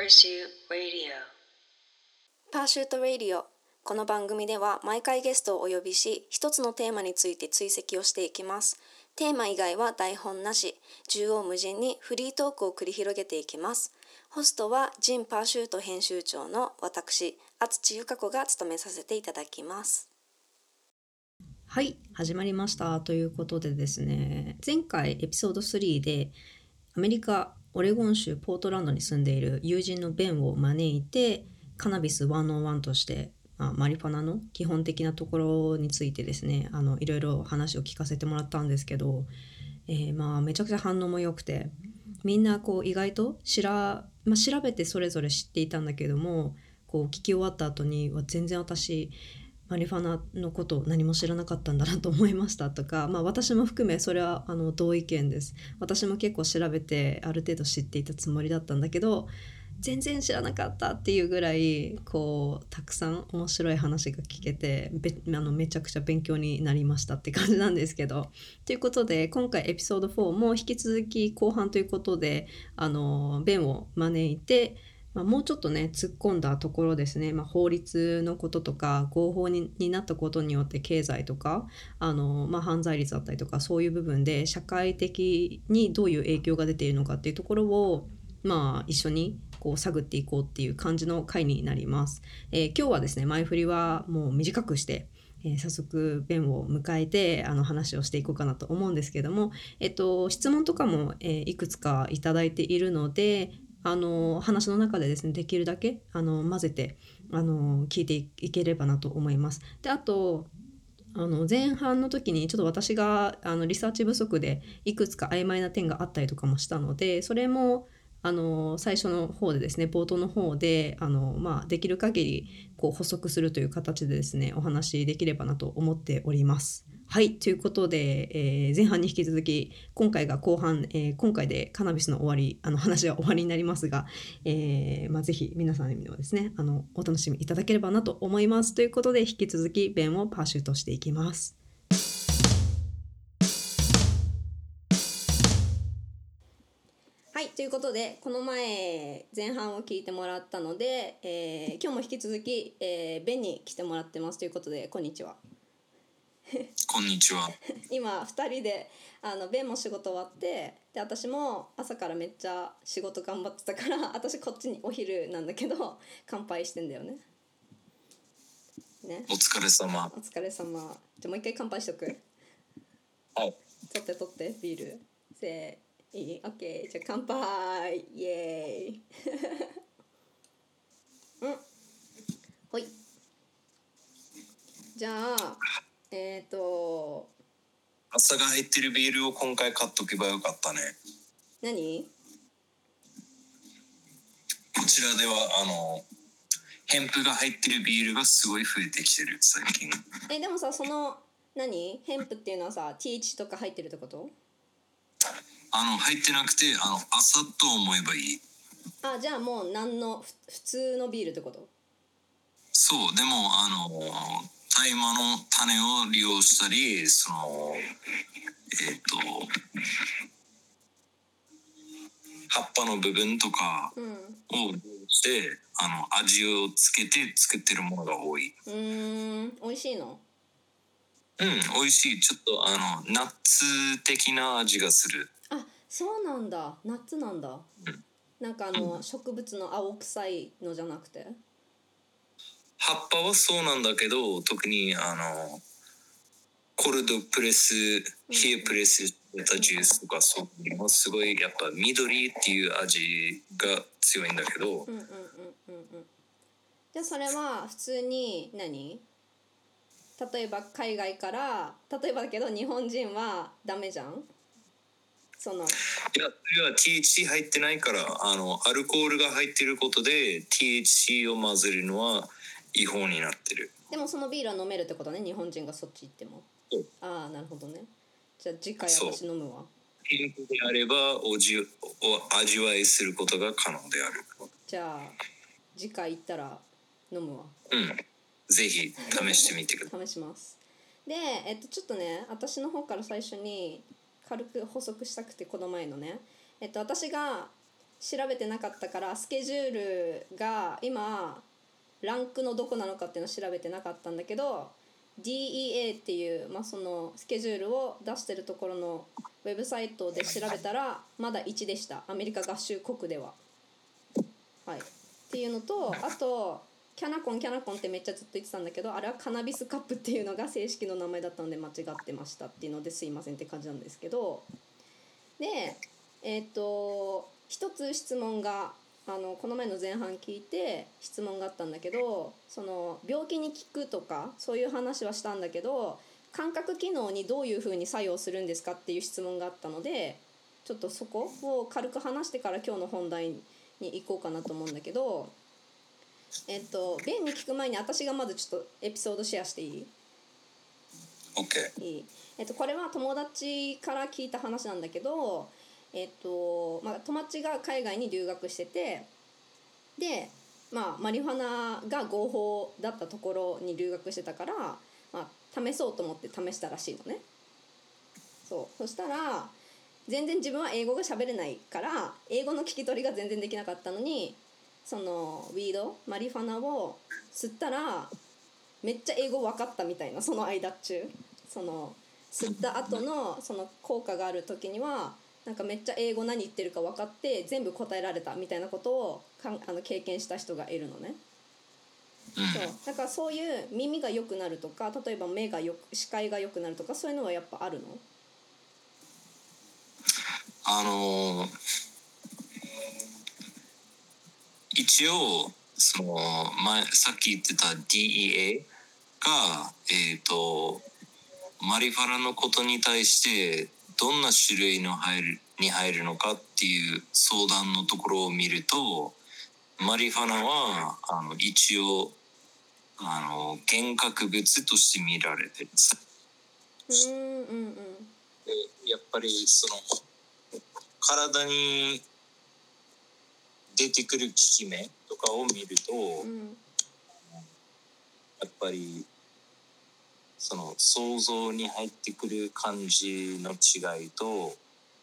Pursuit Radio パーシュート・ラディオ。この番組では毎回ゲストをお呼びし、一つのテーマについて追跡をしていきます。テーマ以外は台本なし、縦横無尽にフリートークを繰り広げていきます。ホストはジン・パーシュート編集長の私、厚地由香子が務めさせていただきます。 はい、始まりましたということでですね、前回エピソード3でアメリカオレゴン州ポートランドに住んでいる友人のベンを招いてカナビス101として、マリファナの基本的なところについてですね、いろいろ話を聞かせてもらったんですけど、めちゃくちゃ反応も良くて、みんな意外と調べてそれぞれ知っていたんだけども、聞き終わった後に全然私マリファナのことを何も知らなかったんだなと思いましたとか、私も含めそれは同意見です。私も結構調べてある程度知っていたつもりだったんだけど、全然知らなかったっていうぐらいたくさん面白い話が聞けてめちゃくちゃ勉強になりましたって感じなんですけど、ということで今回エピソード4も引き続き後半ということでベンを招いて、もうちょっとね突っ込んだところですね、法律のこととか合法になったことによって経済とか犯罪率だったりとか、そういう部分で社会的にどういう影響が出ているのかっていうところを一緒に探っていこうっていう感じの回になります。今日はですね前振りはもう短くして、早速ベンを迎えて話をしていこうかなと思うんですけども、質問とかも、いくつかいただいているので話の中でですねできるだけ混ぜて聞いていければなと思います。であと前半の時にちょっと私がリサーチ不足でいくつか曖昧な点があったりとかもしたので、それも最初の方でですね冒頭の方でできる限り補足するという形でですねお話できればなと思っております。はい、ということで、前半に引き続き今回が後半、今回でカナビスの終わり話は終わりになりますが、ぜひ皆さんにもですねお楽しみいただければなと思います。ということで引き続きベンをパーシュートしていきます。 はい、ということでこの前半を聞いてもらったので、今日も引き続き、ベンに来てもらってますということで、こんにちは。 こんにちは。 今2人でベンも仕事終わって、で私も朝からめっちゃ仕事頑張ってたから私こっちにお昼なんだけど乾杯してんだよね。 お疲れ様。 お疲れ様。じゃあもう一回乾杯しとく。 はい。 取ってビール。せーいい？オッケー。じゃあ乾杯。イエーイ。ほい。じゃあ朝が入ってるビールを今回買っとけばよかったね。 何？ こちらではヘンプが入ってるビールがすごい増えてきてる最近。 でもさ、そのヘンプっていうのはさ TH とか入ってるってこと？ 入ってなくて朝と思えばいい。 じゃあもう普通のビールってこと？ そう。でも大麻の種を利用したり葉っぱの部分とかをして味をつけて作ってるものが多い。 美味しいの？ 美味しい。ちょっとナッツ的な味がする。 そうなんだ。ナッツなんだ。なんか植物の青臭いのじゃなくて？ 葉っぱはそうなんだけど、特にコルドプレス、冷えプレスしたジュースとかそういうのすごいやっぱ緑っていう味が強いんだけど、 じゃあそれは普通に例えば海外から例えばだけど日本人はダメじゃん？いやそれは THC 入ってないからアルコールが入ってることで THC を混ぜるのは違法になってる。 でもそのビールは飲めるってことね、日本人がそっち行っても。なるほどね。じゃあ次回私飲むわ。 ヘンプであれば味わいすることが可能である。 じゃあ次回行ったら飲むわ。 ぜひ試してみてください。 試します。で、ちょっとね私の方から最初に軽く補足したくて、この前のね私が調べてなかったからスケジュールが今ランクのどこなのかっていうのを調べてなかったんだけど DEA っていう、そのスケジュールを出してるところのウェブサイトで調べたらまだ1でした。アメリカ合衆国では。はい、っていうのと、あとキャナコンってめっちゃずっと言ってたんだけど、あれはカナビスカップっていうのが正式の名前だったので間違ってましたっていうのですいませんって感じなんですけど、で一つ質問がこの前の前半聞いて質問があったんだけど、その病気に効くとかそういう話はしたんだけど、感覚機能にどういうふうに作用するんですかっていう質問があったので、ちょっとそこを軽く話してから今日の本題に行こうかなと思うんだけど、便に聞く前に私がまずちょっとエピソードシェアしていい？ OK。 いい。これは友達から聞いた話なんだけど、友達が海外に留学してて、で、マリファナが合法だったところに留学してたから、試そうと思って試したらしいのね。そしたら全然自分は英語が喋れないから英語の聞き取りが全然できなかったのに、そのウィードマリファナを吸ったらめっちゃ英語分かったみたいな。その間中、その吸った後のその効果がある時にはなんかめっちゃ英語何言ってるか分かって全部答えられたみたいなことを経験した人がいるのね。そうだからそういう耳が良くなるとか、例えば視界が良くなるとか、そういうのはやっぱあるの？ 一応そのさっき言ってた DEA がマリファナのことに対してどんな種類に入るのかっていう相談のところを見ると、マリファナは一応幻覚物として見られてるんです。でやっぱりその体に出てくる効き目とかを見ると、やっぱりその想像に入ってくる感じの違いと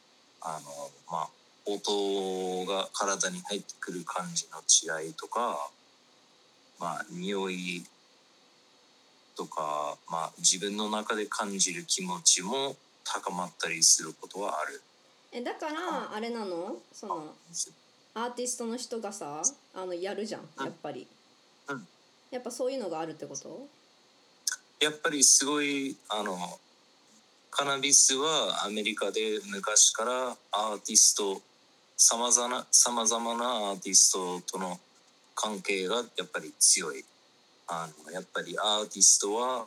音が体に入ってくる感じの違いとか、匂いとか、自分の中で感じる気持ちも高まったりすることはある。 だからあれなの、そのアーティストの人がさやるじゃん、やっぱり、やっぱそういうのがあるってこと？ やっぱりすごいカナビスはアメリカで昔からアーティストさまざまなアーティストとの関係がやっぱり強い。やっぱりアーティストは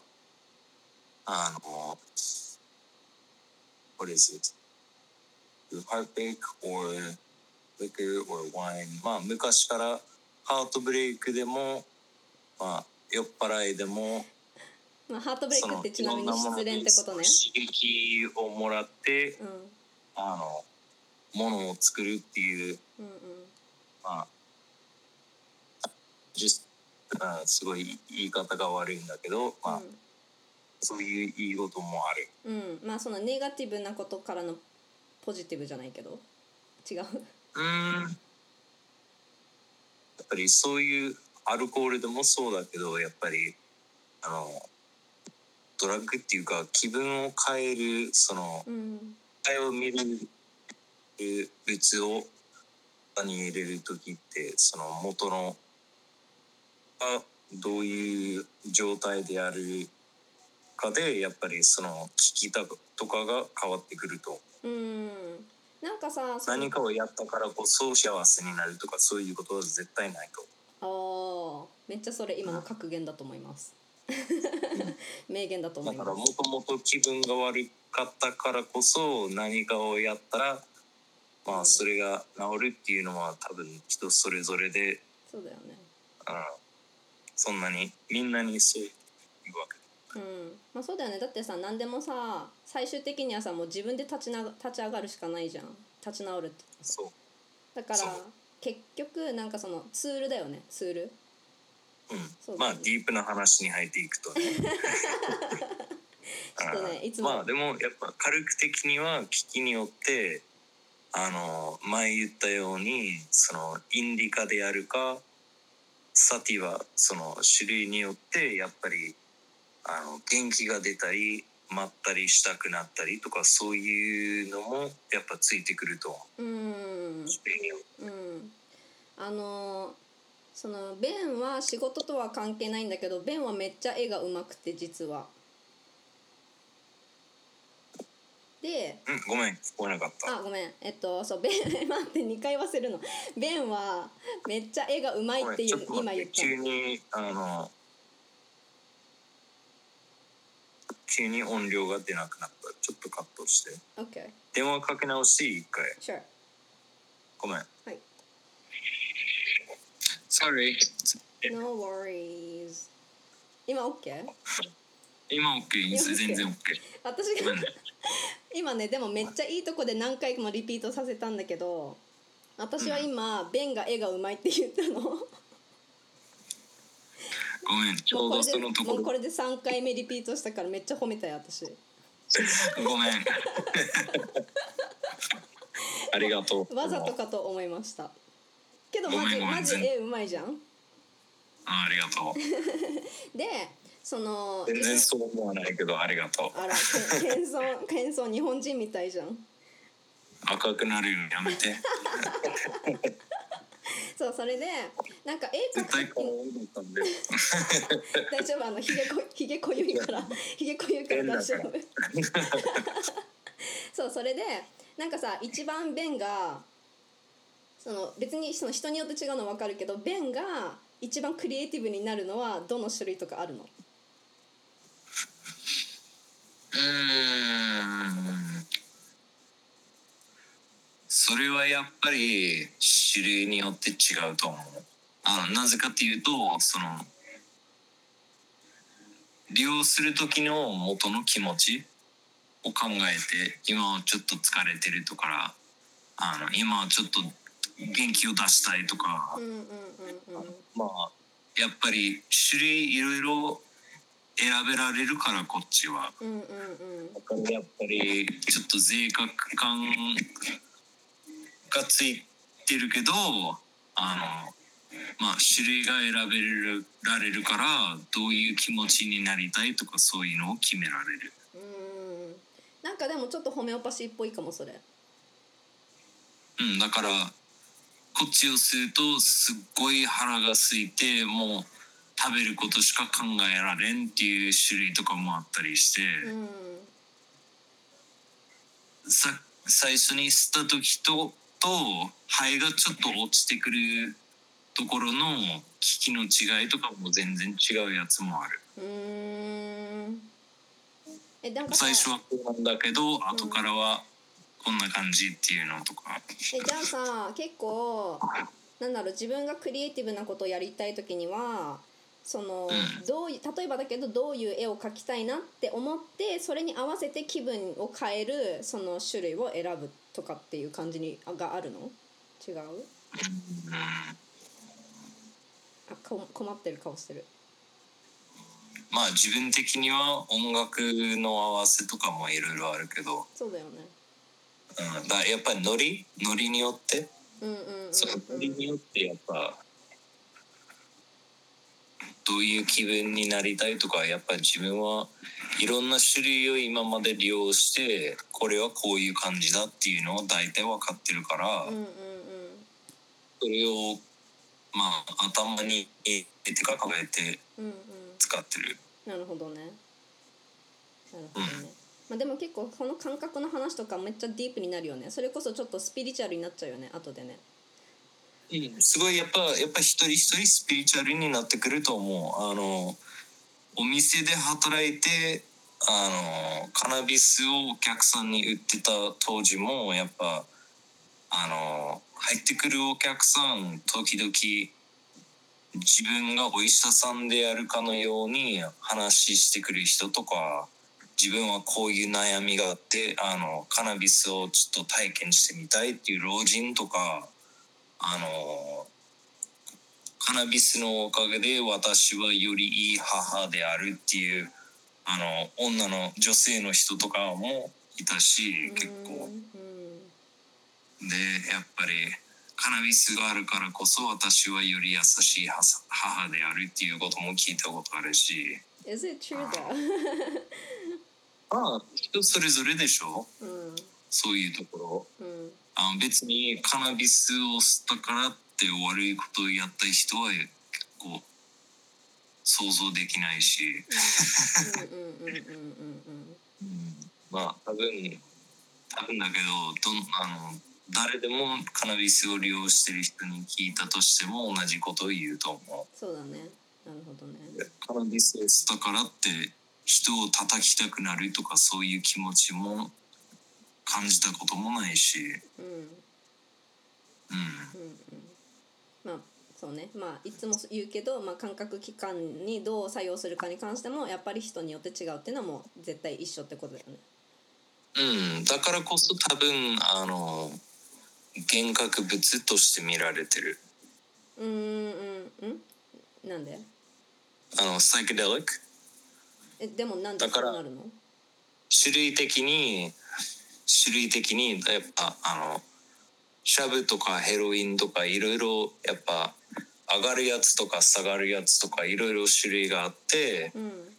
what is it? Heartbreak or liquor or wine。昔からハートブレイクでも酔っ払いでも、 ハートブレイクってちなみに失恋ってことね。 刺激をもらって、ものを作るっていう、すごい言い方が悪いんだけど、そういう言い事もある。 そのネガティブなことからのポジティブじゃないけど違う。やっぱりそういうアルコールでもそうだけど、やっぱりドラッグっていうか気分を変えるその体を見る物を体に入れる時って、その元のがどういう状態であるかでやっぱりその効き方とかが変わってくると。 なんかさ、 何かをやったからこそ幸せになるとかそういうことは絶対ないと。めっちゃそれ今の格言だと思います。名言だと思います。 だからもともと気分が悪かったからこそ何かをやったらそれが治るっていうのは多分人それぞれで、 そうだよね。 そんなにみんなにそういうわけ。 そうだよね。だってさ、何でもさ最終的にはさもう自分で立ち上がるしかないじゃん。立ち直るって。 そうだから結局なんかそのツールだよね。ツール。 ディープな話に入っていくとね。 ちょっとねいつも。 でもやっぱ軽く的には機器によって前言ったようにそのインディカであるかサティはその種類によってやっぱり元気が出たりまったりしたくなったりとかそういうのもやっぱついてくるとうん。そのベンは仕事とは関係ないんだけど、ベンはめっちゃ絵がうまくて実は。で、 ごめん聞こえなかった。 ごめん。そうベン待って2回言わせるの。ベンはめっちゃ絵がうまいっていう今言った急に音量が出なくなった。ちょっとカットして。 OK。 電話かけ直して一回。 Sure。 ごめん。 はい。 Sorry。 No worries。今 OK？ 今 OK。全然 OK。 私が今ねでもめっちゃいいとこで何回もリピートさせたんだけど、私は今、ベンが絵がうまいって言ったの。 ごめんちょうどそのところ。 もうこれで3回目リピートしたからめっちゃ褒めたよ私。 ごめん。ありがとう。 わざとかと思いました。けどマジ絵うまいじゃん。 ありがとう。でその全然そう思わないけどありがとう。 あら謙遜日本人みたいじゃん。 赤くなるよやめて。 そうそれでなんか絵描く絶対顔多かったんで。 大丈夫ひげ濃ゆいから大丈夫。そうそれでなんかさ一番ベンがその別にその人によって違うの分かるけどベンが一番クリエイティブになるのはどの種類とかあるの？ それはやっぱり種類によって違うと思う。なぜかっていうとその利用する時の元の気持ちを考えて今はちょっと疲れてるとか今はちょっと元気を出したいとか、まあやっぱり種類いろいろ選べられるからこっちは、だからやっぱりちょっと贅沢感がついてるけどまあ種類が選べられるからどういう気持ちになりたいとかそういうのを決められる。 なんかでもちょっとホメオパシーっぽいかもそれ。 だからこっちをするとすっごい腹が空いてもう食べることしか考えられんっていう種類とかもあったりして、最初に吸った時と肺がちょっと落ちてくるところの効きの違いとかも全然違うやつもある。 なんか最初はこうなんだけど、後からはこんな感じっていうのとか。 じゃあさ結構なんだろう自分がクリエイティブなことをやりたい時にはその、例えばだけどどういう絵を描きたいなって思ってそれに合わせて気分を変えるその種類を選ぶとかっていう感じがあるの？違う？困ってる顔してる。 まあ自分的には音楽の合わせとかもいろいろあるけど、 そうだよね。 やっぱりノリによって、そのノリによってやっぱどういう気分になりたいとかやっぱり自分はいろんな種類を今まで利用してこれはこういう感じだっていうのを大体分かってるから、それをまあ頭に入れて考えて使ってる。 なるほどね。まあ、でも結構この感覚の話とかめっちゃディープになるよね。それこそちょっとスピリチュアルになっちゃうよね後でね。 すごいやっぱ一人一人スピリチュアルになってくると思う。お店で働いてカナビスをお客さんに売ってた当時もやっぱ入ってくるお客さん時々自分がお医者さんであるかのように話してくる人とか、自分はこういう悩みがあってカナビスをちょっと体験してみたいっていう老人とかカナビスのおかげで私はよりいい母であるっていう女性の人とかもいたし、結構やっぱりカナビスがあるからこそ私はより優しい母であるっていうことも聞いたことあるし。 Is it true though? 人それぞれでしょ、そういうところ。別にカナビスを吸ったからって悪いことをやった人は結構想像できないし。まあ多分だけど誰でもカナビスを利用してる人に聞いたとしても同じことを言うと思う。 そうだね。なるほどね。 カナビスを吸ったからって人を叩きたくなるとかそういう気持ちも感じたこともないし。 まあそうね。まあいつも言うけど、まあ、感覚器官にどう作用するかに関してもやっぱり人によって違うっていうのはもう絶対一緒ってことだよね。 だからこそ多分幻覚物として見られてる。 なんで？ サイケデリック。 でもなんでそうなるの？ 種類的にやっぱシャブとかヘロインとかいろいろやっぱ上がるやつとか下がるやつとかいろいろ種類があって、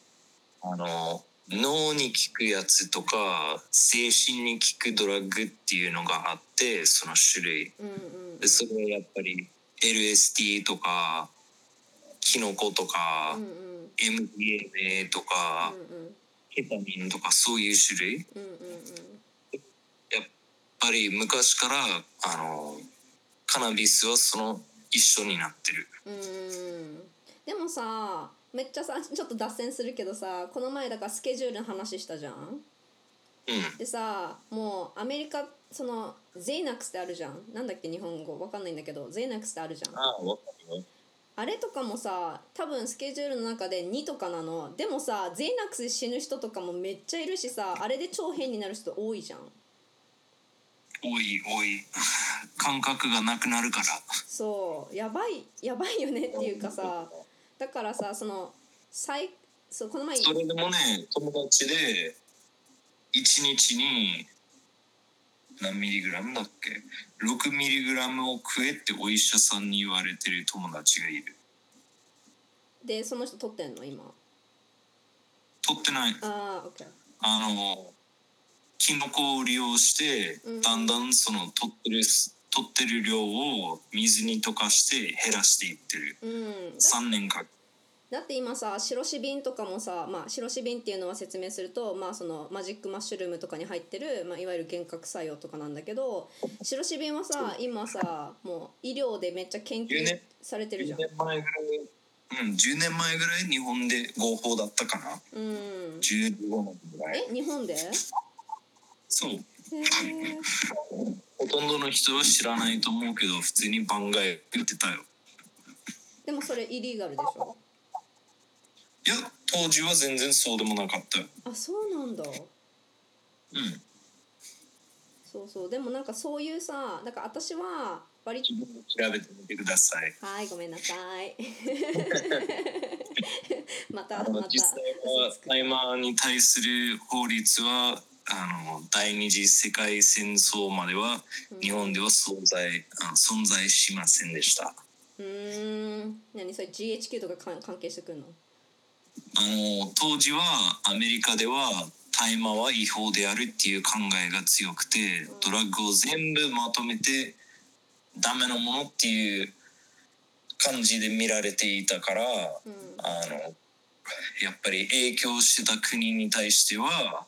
脳に効くやつとか精神に効くドラッグっていうのがあってその種類、でそれはやっぱり LSD とかキノコとか、MDMA とか、ケタミンとかそういう種類、やっぱり昔からカナビスはその一緒になってる。 でもさめっちゃさちょっと脱線するけどさこの前だからスケジュールの話したじゃん。でさもうアメリカそのゼイナックスってあるじゃん。なんだっけ日本語わかんないんだけどゼイナックスってあるじゃん。 わかるよ。 あれとかもさ多分スケジュールの中で2とかなの。でもさゼイナックスで死ぬ人とかもめっちゃいるしさあれで超変になる人多いじゃん。 多い感覚がなくなるから。 そうやばいよねっていうかさだからさそうこの前それでもね友達で1日に何ミリグラムだっけ6ミリグラムを食えってお医者さんに言われてる友達がいる。 でその人取ってんの今？ 取ってない。 OK。 キノコを利用して、だんだんその取ってる量を水に溶かして減らしていってる。3年間。 だって今さシロシビンとかもさ、まあ、シロシビンっていうのは説明すると、まあ、そのマジックマッシュルームとかに入ってる、まあ、いわゆる幻覚作用とかなんだけどシロシビンはさ今さもう医療でめっちゃ研究されてるじゃん。 10年前ぐらい日本で合法だったかな。15年ぐらい。 日本で？ そう。ほとんどの人は知らないと思うけど普通に番外言ってたよ。でもそれイリーガルでしょ？ いや当時は全然そうでもなかったよ。 そうなんだ。そうでもなんかそういうさだから私は割と調べてみてください。 はいごめんなさい。また実際は大麻に対する法律は第二次世界戦争までは日本では存在しませんでした。 何それ GHQ とか関係してくるの？ 当時はアメリカでは大麻は違法であるっていう考えが強くて、ドラッグを全部まとめてダメなものっていう感じで見られていたから、やっぱり影響してた国に対しては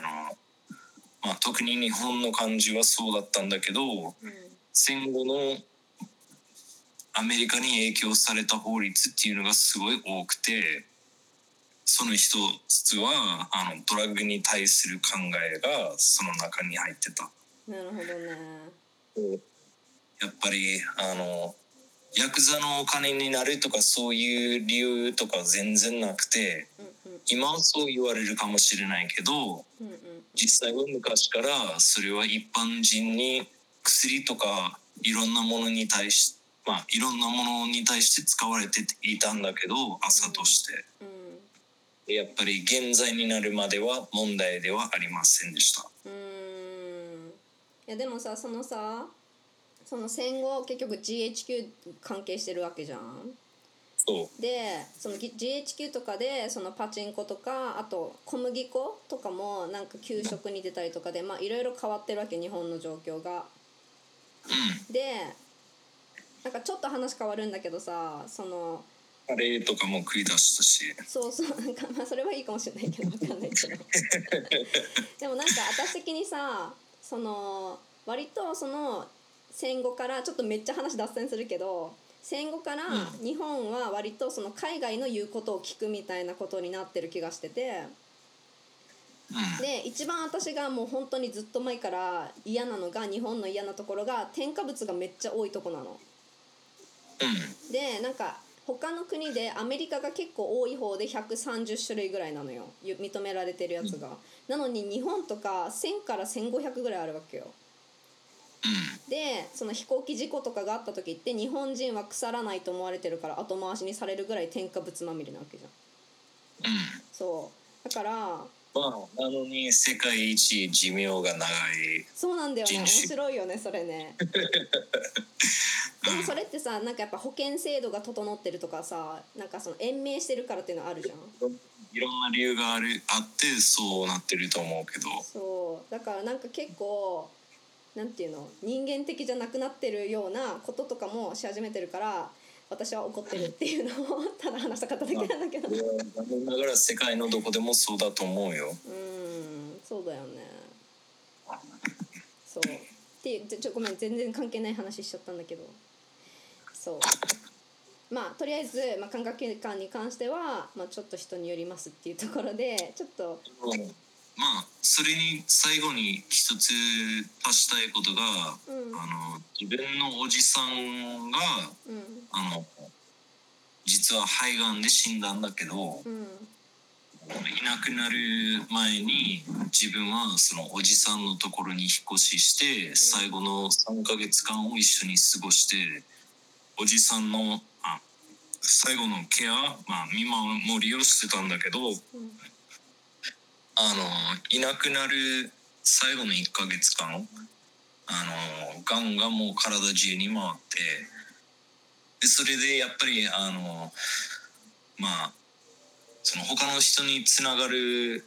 特に日本の感じはそうだったんだけど、戦後のアメリカに影響された法律っていうのがすごい多くて、その一つはドラッグに対する考えがその中に入ってた。 なるほどね。 やっぱりヤクザのお金になるとかそういう理由とか全然なくて、今はそう言われるかもしれないけど、実際は昔からそれは一般人に薬とかいろんなものに対して使われていたんだけど、朝として、やっぱり現在になるまでは問題ではありませんでした。 いやでもさそのさその戦後結局 GHQ 関係してるわけじゃん。 そうでその GHQ とかでそのパチンコとかあと小麦粉とかもなんか給食に出たりとかでまあいろいろ変わってるわけ日本の状況が。でなんかちょっと話変わるんだけどさそのカレーとかも食い出したしそうなんかまあそれはいいかもしれないけど分かんないけどでもなんか私的にさその割とその戦後からちょっとめっちゃ話脱線するけど戦後から日本は割とその海外の言うことを聞くみたいなことになってる気がしてて、で一番私がもう本当にずっと前から嫌なのが日本の嫌なところが添加物がめっちゃ多いとこなの。でなんか他の国でアメリカが結構多い方で130種類ぐらいなのよ認められてるやつが。なのに日本とか1000から1500ぐらいあるわけよ。でその飛行機事故とかがあった時って日本人は腐らないと思われてるから後回しにされるぐらい添加物まみれなわけじゃん。そうだからまあなのに世界一寿命が長いそうなんだよね面白いよねそれねでもそれってさなんかやっぱ保険制度が整ってるとかさなんかその延命してるからっていうのあるじゃん。 いろんな理由があってそうなってると思うけどそうだからなんか結構なんていうの人間的じゃなくなってるようなこととかもし始めてるから私は怒ってるっていうのをただ話したかっただけなんだけど残念ながら世界のどこでもそうだと思うよ。 そうだよね。そうでごめん全然関係ない話しちゃったんだけどそうまあとりあえず、まあ、感覚器官に関しては、まあ、ちょっと人によりますっていうところでちょっとまあそれに最後に一つ足したいことが、自分のおじさんが、実は肺がんで死んだんだけど、いなくなる前に自分はそのおじさんのところに引っ越しして最後の3ヶ月間を一緒に過ごしておじさんの最後のケア、見守りをしてたんだけど、いなくなる最後の1ヶ月間がんがもう体中に回ってでそれでやっぱりその他の人につながる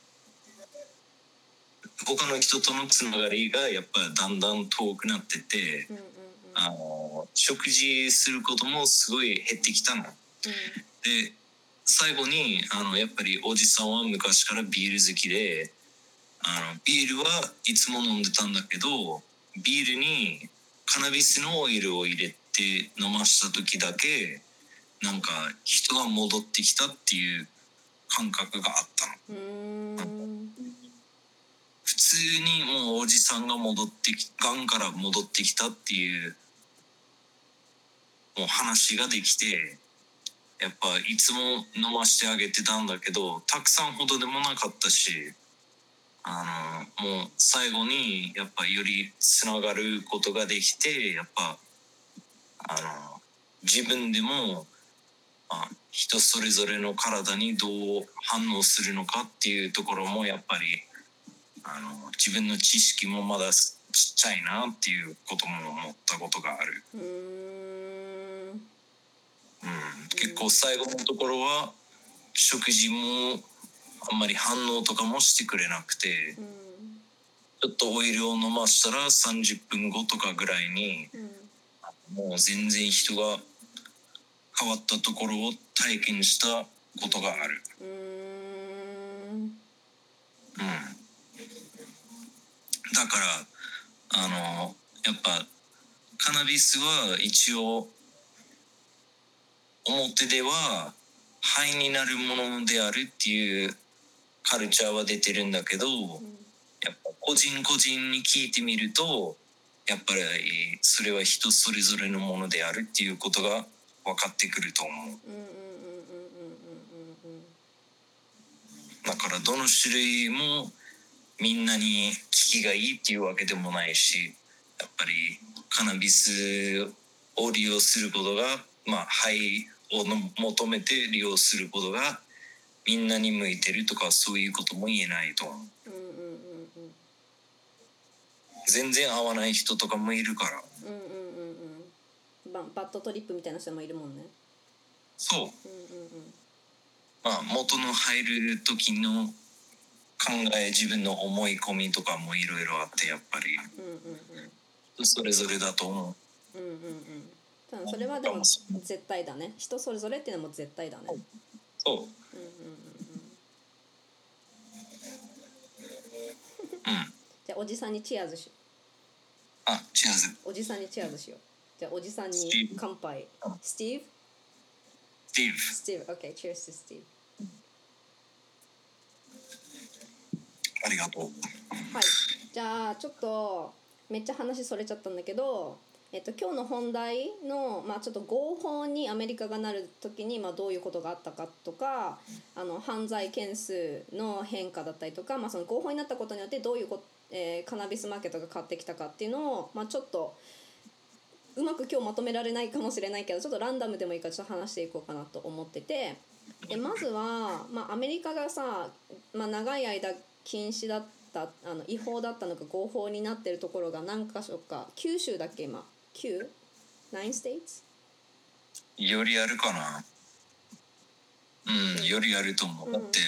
他の人とのつながりがやっぱりだんだん遠くなってて、食事することもすごい減ってきたの。で最後にやっぱりおじさんは昔からビール好きでビールはいつも飲んでたんだけどビールにカナビスのオイルを入れて飲ました時だけなんか人が戻ってきたっていう感覚があったの。普通にもうおじさんががんから戻ってきたっていうもう話ができてやっぱいつも飲ましてあげてたんだけどたくさんほどでもなかったしもう最後にやっぱよりつながることができてやっぱ自分でも、人それぞれの体にどう反応するのかっていうところもやっぱり自分の知識もまだちっちゃいなっていうことも思ったことがある。結構最後のところは食事もあんまり反応とかもしてくれなくて、ちょっとオイルを飲ましたら30分後とかぐらいに、もう全然人が変わったところを体験したことがある。だからやっぱカナビスは一応表では肺になるものであるっていうカルチャーは出てるんだけど、やっぱ個人個人に聞いてみるとやっぱりそれは人それぞれのものであるっていうことが分かってくると思う。だからどの種類もみんなに効きがいいっていうわけでもないし、やっぱりカナビスを利用することが、肺を求めて利用することがみんなに向いてるとかそういうことも言えないと思う。 全然合わない人とかもいるから。 バッドトリップみたいな人もいるもんね。 そう。まあ元の入る時の考え、自分の思い込みとかもいろいろあって、やっぱり、それぞれだと思う。 それはでも絶対だね。人それぞれっていうのも絶対だね。 そう。 じゃあおじさんにチアーズしよう。あ、チアーズ。 おじさんにチアーズしよう。じゃあおじさんに乾杯。スティーブ？スティーブ。Okay, cheers to Steve。 ありがとう。 はい。じゃあちょっとめっちゃ話それちゃったんだけど、今日の本題の、ちょっと合法にアメリカがなる時に、どういうことがあったかとか、犯罪件数の変化だったりとか、その合法になったことによってどういうカナビスマーケットが変わってきたかっていうのを、ちょっとうまく今日まとめられないかもしれないけど、ちょっとランダムでもいいからちょっと話していこうかなと思ってて、でまずは、アメリカがさ、長い間禁止だった違法だったのが合法になってるところが何か所か、9州だっけ今9 states よりあるかな。よりあると思う。だって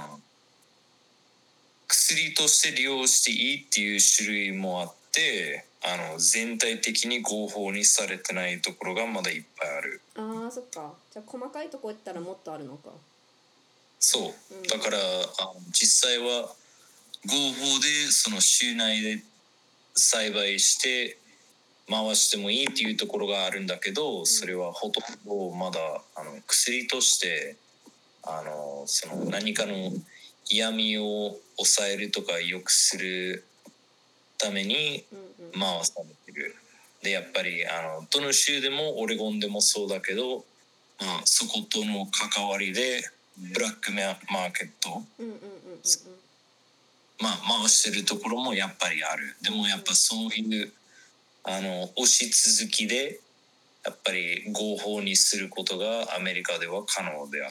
薬として利用していいっていう種類もあって、全体的に合法にされてないところがまだいっぱいある。 そっか。じゃあ細かいとこ行ったらもっとあるのか。 そう。だから実際は合法でその州内で栽培して回してもいいっていうところがあるんだけど、それはほとんどまだ薬としてその何かの嫌味を抑えるとか良くするために回されてる。でやっぱりどの州でもオレゴンでもそうだけど、そことの関わりでブラックマーケット回してるところもやっぱりある。でもやっぱそういう押し続きでやっぱり合法にすることがアメリカでは可能であった。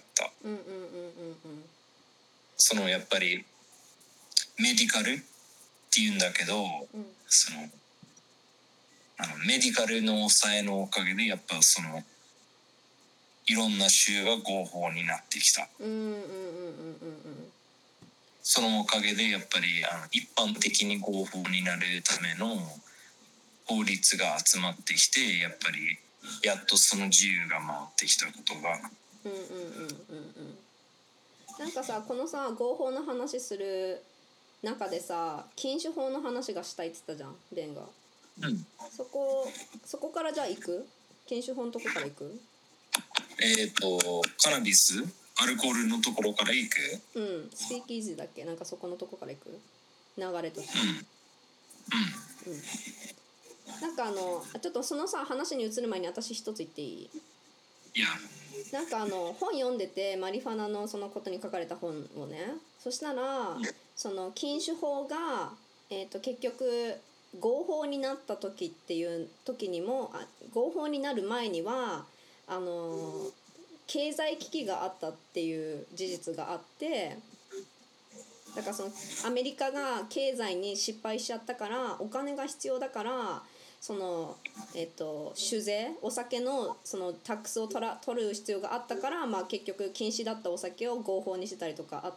そのやっぱりメディカルっていうんだけど、そのメディカルの抑えのおかげでやっぱそのいろんな州が合法になってきた。そのおかげでやっぱり一般的に合法になるための法律が集まってきて、やっぱりやっとその自由が回ってきたことが。 なんかさ、このさ合法の話する中でさ、禁酒法の話がしたいって言ったじゃん、ベンが。そこからじゃあ行く？禁酒法のとこから行く？ カナビスアルコールのところから行く？ スピークイージーだっけ？なんかそこのとこから行く？流れとして。なんかちょっとそのさ話に移る前に私一つ言っていい？なんか本読んでて、マリファナのそのことに書かれた本をね、そしたらその禁酒法が、結局合法になった時っていう時にも、合法になる前には経済危機があったっていう事実があって、だからそのアメリカが経済に失敗しちゃったからお金が必要だから、その酒税、お酒のそのタックスを取る必要があったから、結局禁止だったお酒を合法にしてたりとかあって、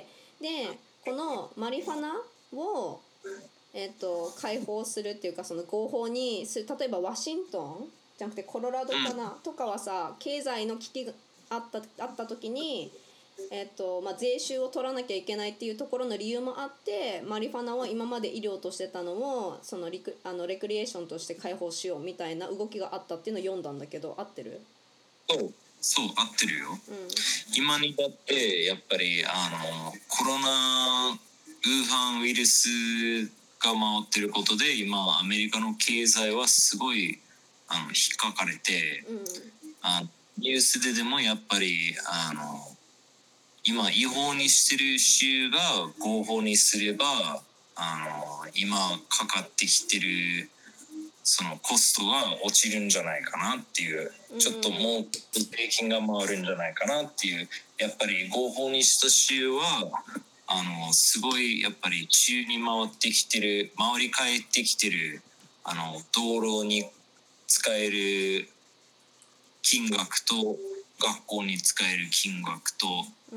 でこのマリファナを解放するっていうか、その合法にする、例えばワシントンじゃなくてコロラドかな、とかはさ、経済の危機があった時に税収を取らなきゃいけないっていうところの理由もあって、マリファナは今まで医療としてたのをそのレクリエーションとして解放しようみたいな動きがあったっていうのを読んだんだけど、合ってる？ そう合ってるよ。今にだってやっぱりコロナウーハンウイルスが回ってることで、今アメリカの経済はすごい引っかかれて、ニュースでもやっぱり今違法にしてる州が合法にすれば今かかってきてるそのコストが落ちるんじゃないかなっていう、ちょっともう税金が回るんじゃないかなっていう。やっぱり合法にした州はすごいやっぱり宙に回り返ってきてる道路に使える金額と学校に使える金額と、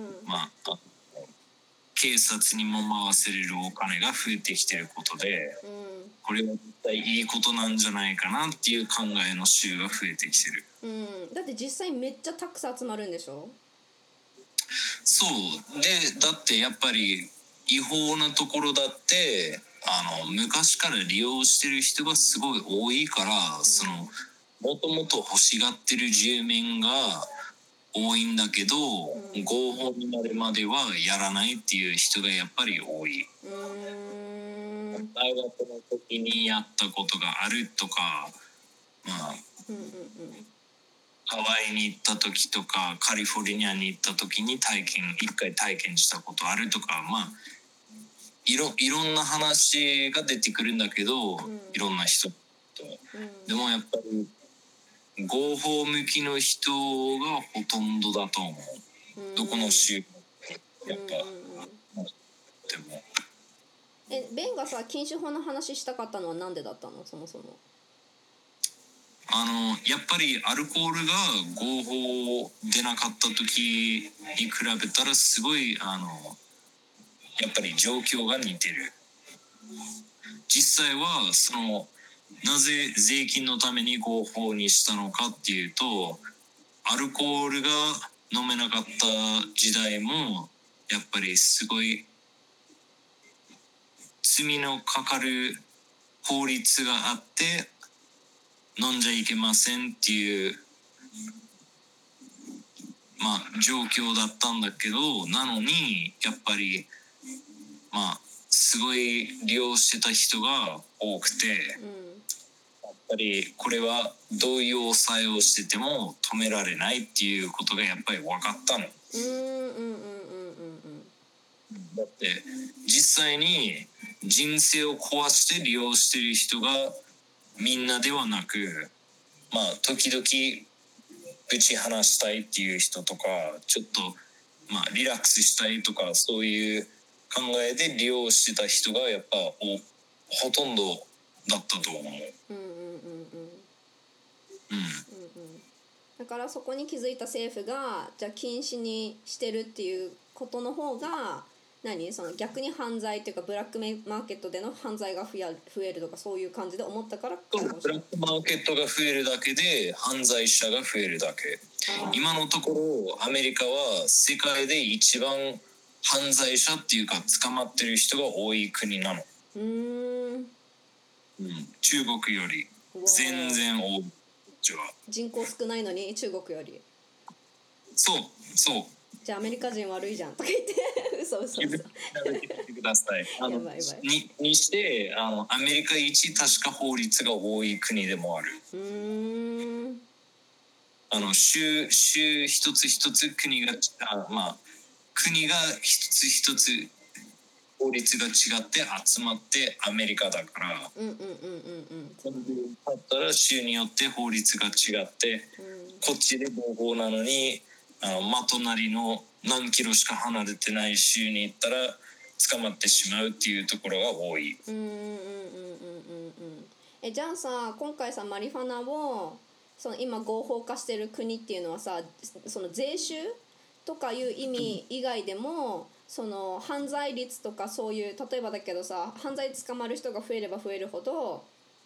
警察にも回せれるお金が増えてきてることで、これは絶対いいことなんじゃないかなっていう考えの州が増えてきてる。 だって実際めっちゃタックス集まるんでしょ。 そうで、だってやっぱり違法なところだって昔から利用してる人がすごい多いから、もともと欲しがってる住民が多いんだけど、合法になるまではやらないっていう人がやっぱり多い。大学の時にやったことがあるとか、ハワイに行った時とかカリフォルニアに行った時に一回体験したことあるとか、いろんな話が出てくるんだけど、いろんな人と、でもやっぱり合法向きの人がほとんどだと思う。どこの州やっぱ、でもベンがさ禁酒法の話したかったのはなんでだったの、そもそも。 やっぱりアルコールが合法出なかった時に比べたらすごいやっぱり状況が似てる。実際はなぜ税金のために合法にしたのかっていうと、アルコールが飲めなかった時代もやっぱりすごい罪のかかる法律があって飲んじゃいけませんっていう状況だったんだけど、なのにやっぱりすごい利用してた人が多くて、やっぱりこれはどういう抑えをしてても止められないっていうことがやっぱり分かったの。だって実際に人生を壊して利用してる人がみんなではなく、時々ぶち話したいっていう人とか、ちょっとリラックスしたいとか、そういう考えで利用してた人がやっぱほとんどだったと思う。 だからそこに気づいた政府がじゃあ禁止にしてるっていうことの方が逆に犯罪っていうかブラックマーケットでの犯罪が増えるとか、そういう感じで思ったから。 ブラックマーケットが増えるだけで犯罪者が増えるだけ。今のところアメリカは世界で一番犯罪者っていうか捕まってる人が多い国なの。中国より全然多い。 人口少ないのに中国より。 そうじゃあアメリカ人悪いじゃんとか言って嘘やめてください。にしてアメリカ一確か法律が多い国でもある。州一つ一つ国が一つ一つ法律が違って集まってアメリカだから、だったら州によって法律が違って、こっちで合法なのに隣の何キロしか離れてない州に行ったら捕まってしまうっていうところが多い。 じゃあさ、今回さマリファナを今合法化してる国っていうのはさ、その税収とかいう意味以外でも犯罪率とかそういう、例えばだけどさ、犯罪捕まる人が増えれば増えるほど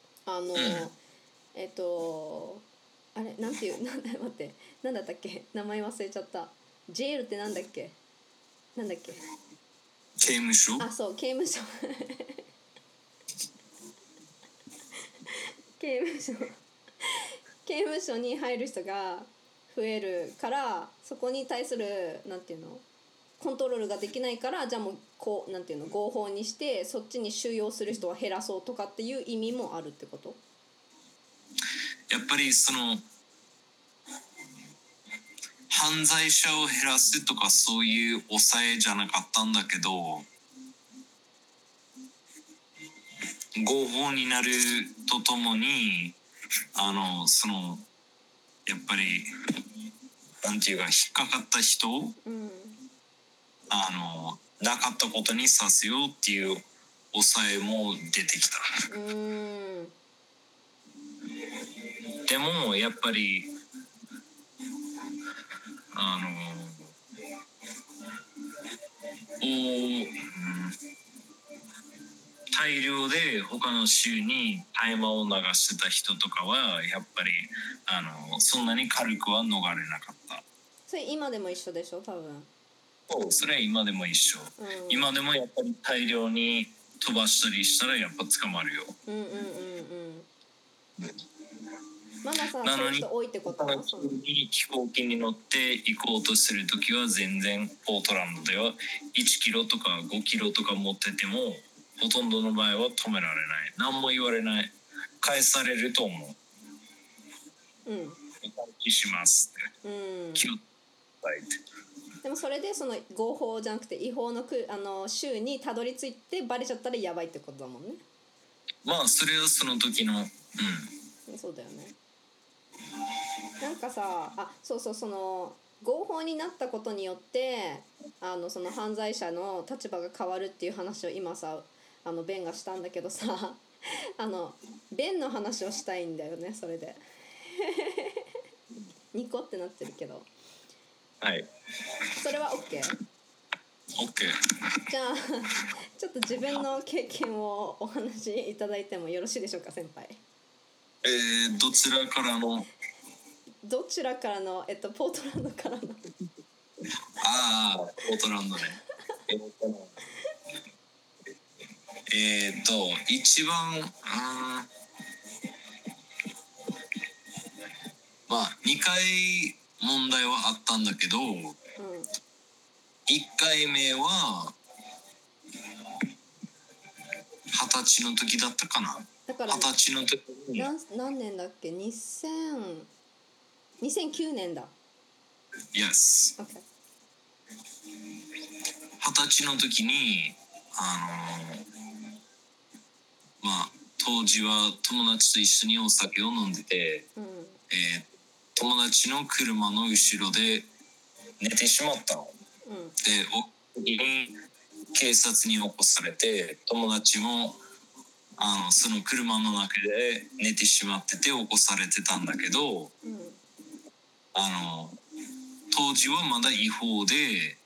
あれ待ってなんだったっけ、名前忘れちゃった。ジェールってなんだっけ刑務所。 そう刑務所刑務所に入る人が増えるから、そこに対するコントロールができないから、じゃあもう合法にしてそっちに収容する人を減らそうとかっていう意味もあるってこと？ やっぱり犯罪者を減らすとかそういう抑えじゃなかったんだけど、合法になるとともにやっぱりなんていうか引っかかった人、 なかったことにさせようっていう抑えも出てきた。でもやっぱり大量で他の州に大麻を流してた人とかはやっぱりそんなに軽くは逃れなかった。 それ今でも一緒でしょ多分。 そうそれは今でも一緒、今でもやっぱり大量に飛ばしたりしたらやっぱ捕まるよ。 まださそういう人多いってことは飛行機に乗って行こうとするときは全然ポートランドでは1キロとか5キロとか持っててもほとんどの場合は止められない。何も言われない。返されると思う。お返ししますって。気をつけて。 でもそれでその合法じゃなくて違法の州にたどり着いてバレちゃったらやばいってことだもんね。 まあそれはその時のそうだよね。なんかさその合法になったことによってその犯罪者の立場が変わるっていう話を今さベンがしたんだけどさベンの話をしたいんだよねそれでニコってなってるけどはいそれは OK？ じゃあちょっと自分の経験をお話しいただいてもよろしいでしょうか先輩。 どちらからのポートランドからのポートランドね一番まあ2回問題はあったんだけど、1回目は20歳の時だったかな。 だから 20歳の時に何年だっけ2009年だ。 Yes、 okay。 20歳の時にまあ当時は友達と一緒にお酒を飲んでて、友達の車の後ろで寝てしまったの、で警察に起こされて友達もその車の中で寝てしまってて起こされてたんだけど、当時はまだ違法で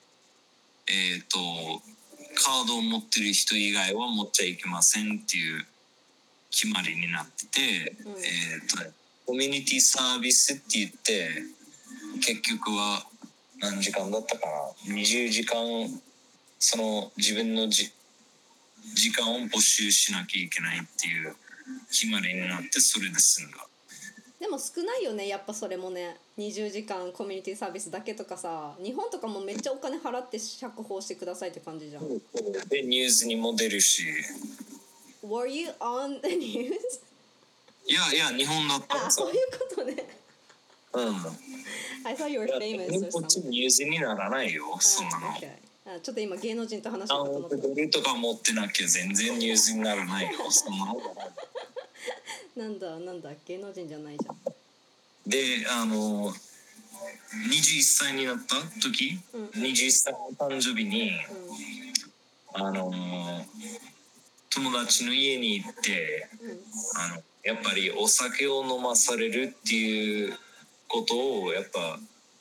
カードを持ってる人以外は持っちゃいけませんっていう決まりになってて、コミュニティサービスって言って結局は何時間だったかな20時間その自分の時間を没収しなきゃいけないっていう決まりになってそれで済んだ。 でも少ないよねやっぱそれもね20時間コミュニティサービスだけとかさ日本とかもめっちゃお金払って釈放してくださいって感じじゃん。 でニュースにも出るし。 Were you on the news? いや日本だったらそういうことね。I thought you were famous or something. こっちニュースにならないよそんなの。 ちょっと今芸能人と話したと思った。 ドルとか持ってなきゃ全然ニュースにならないよそんなの。 なんだ芸能人じゃないじゃん。 で21歳になった時、21歳の誕生日に、友達の家に行って、やっぱりお酒を飲まされるっていうことをやっぱ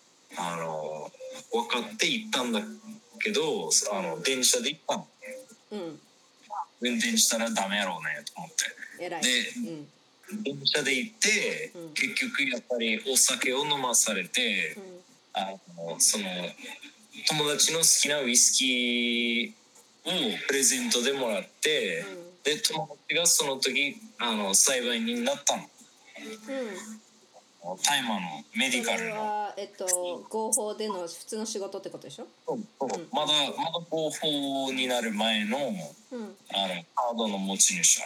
分かって行ったんだけど電車で行ったの、運転したらダメやろうねと思って。 偉い。 で、電車で行って、結局やっぱりお酒を飲まされて、その友達の好きなウイスキーをプレゼントでもらって、で友達がその時裁判員になったの。大麻のメディカルの。 合法での普通の仕事ってことでしょ？ まだ合法になる前の、カードの持ち主。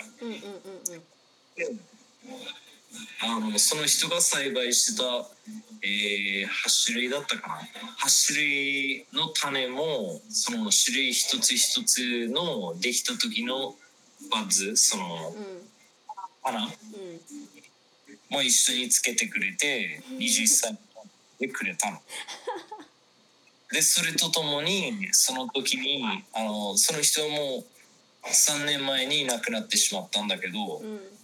その人が栽培してた、8種類だったかな。8種類の種もその種類一つ一つのできた時のバズその花も一緒につけてくれて21歳でくれたの。 でそれとともにその時にその人も3年前に亡くなってしまったんだけど、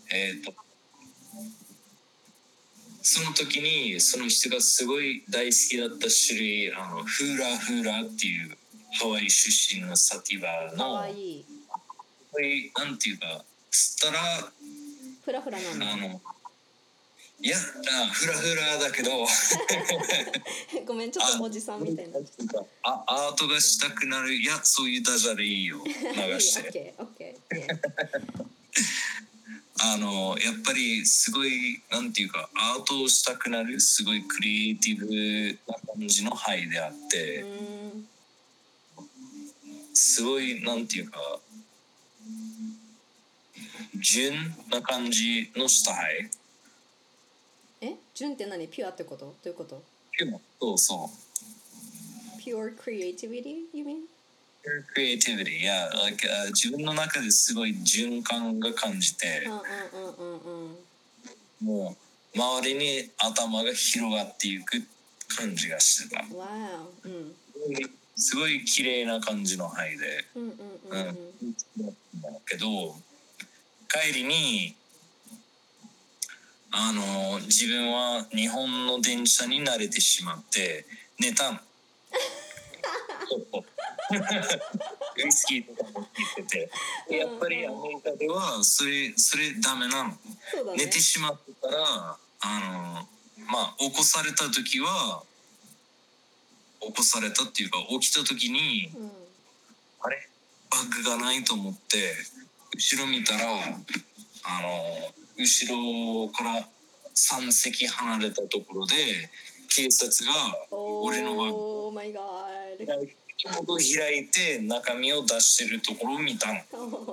その時にその人がすごい大好きだった種類フーラフーラっていうハワイ出身のサティバかのわいい。 なんていうかつったらフラフラなんだ。 いやフラフラだけどごめんちょっとおじさんみたいな。 アートがしたくなる。いやそういうダジャレいいよ流して。 オッケー。 やっぱりすごいなんていうかアートをしたくなるすごいクリエイティブな感じのハイであって、すごいなんていうか純な感じのしたハイ。 純って何？ピュアってこと？どういうこと？ そうそう。 Pure creativity, you mean? Pure creativity, yeah. Like, 自分の中ですごい循環が感じて、もう周りに頭が広がっていく感じがしてた。 Wow. すごい綺麗な感じの範囲で、だけど帰りに自分は日本の電車に慣れてしまって寝たの。ウイスキーとかも聞いてて、やっぱりアメリカではそれダメなの。寝てしまったら起こされた時は起こされたっていうか起きた時に、あれバッグがないと思って後ろ見たら後ろから3席離れたところで警察が俺のバッグをちょうど開いて中身を出してるところを見たの。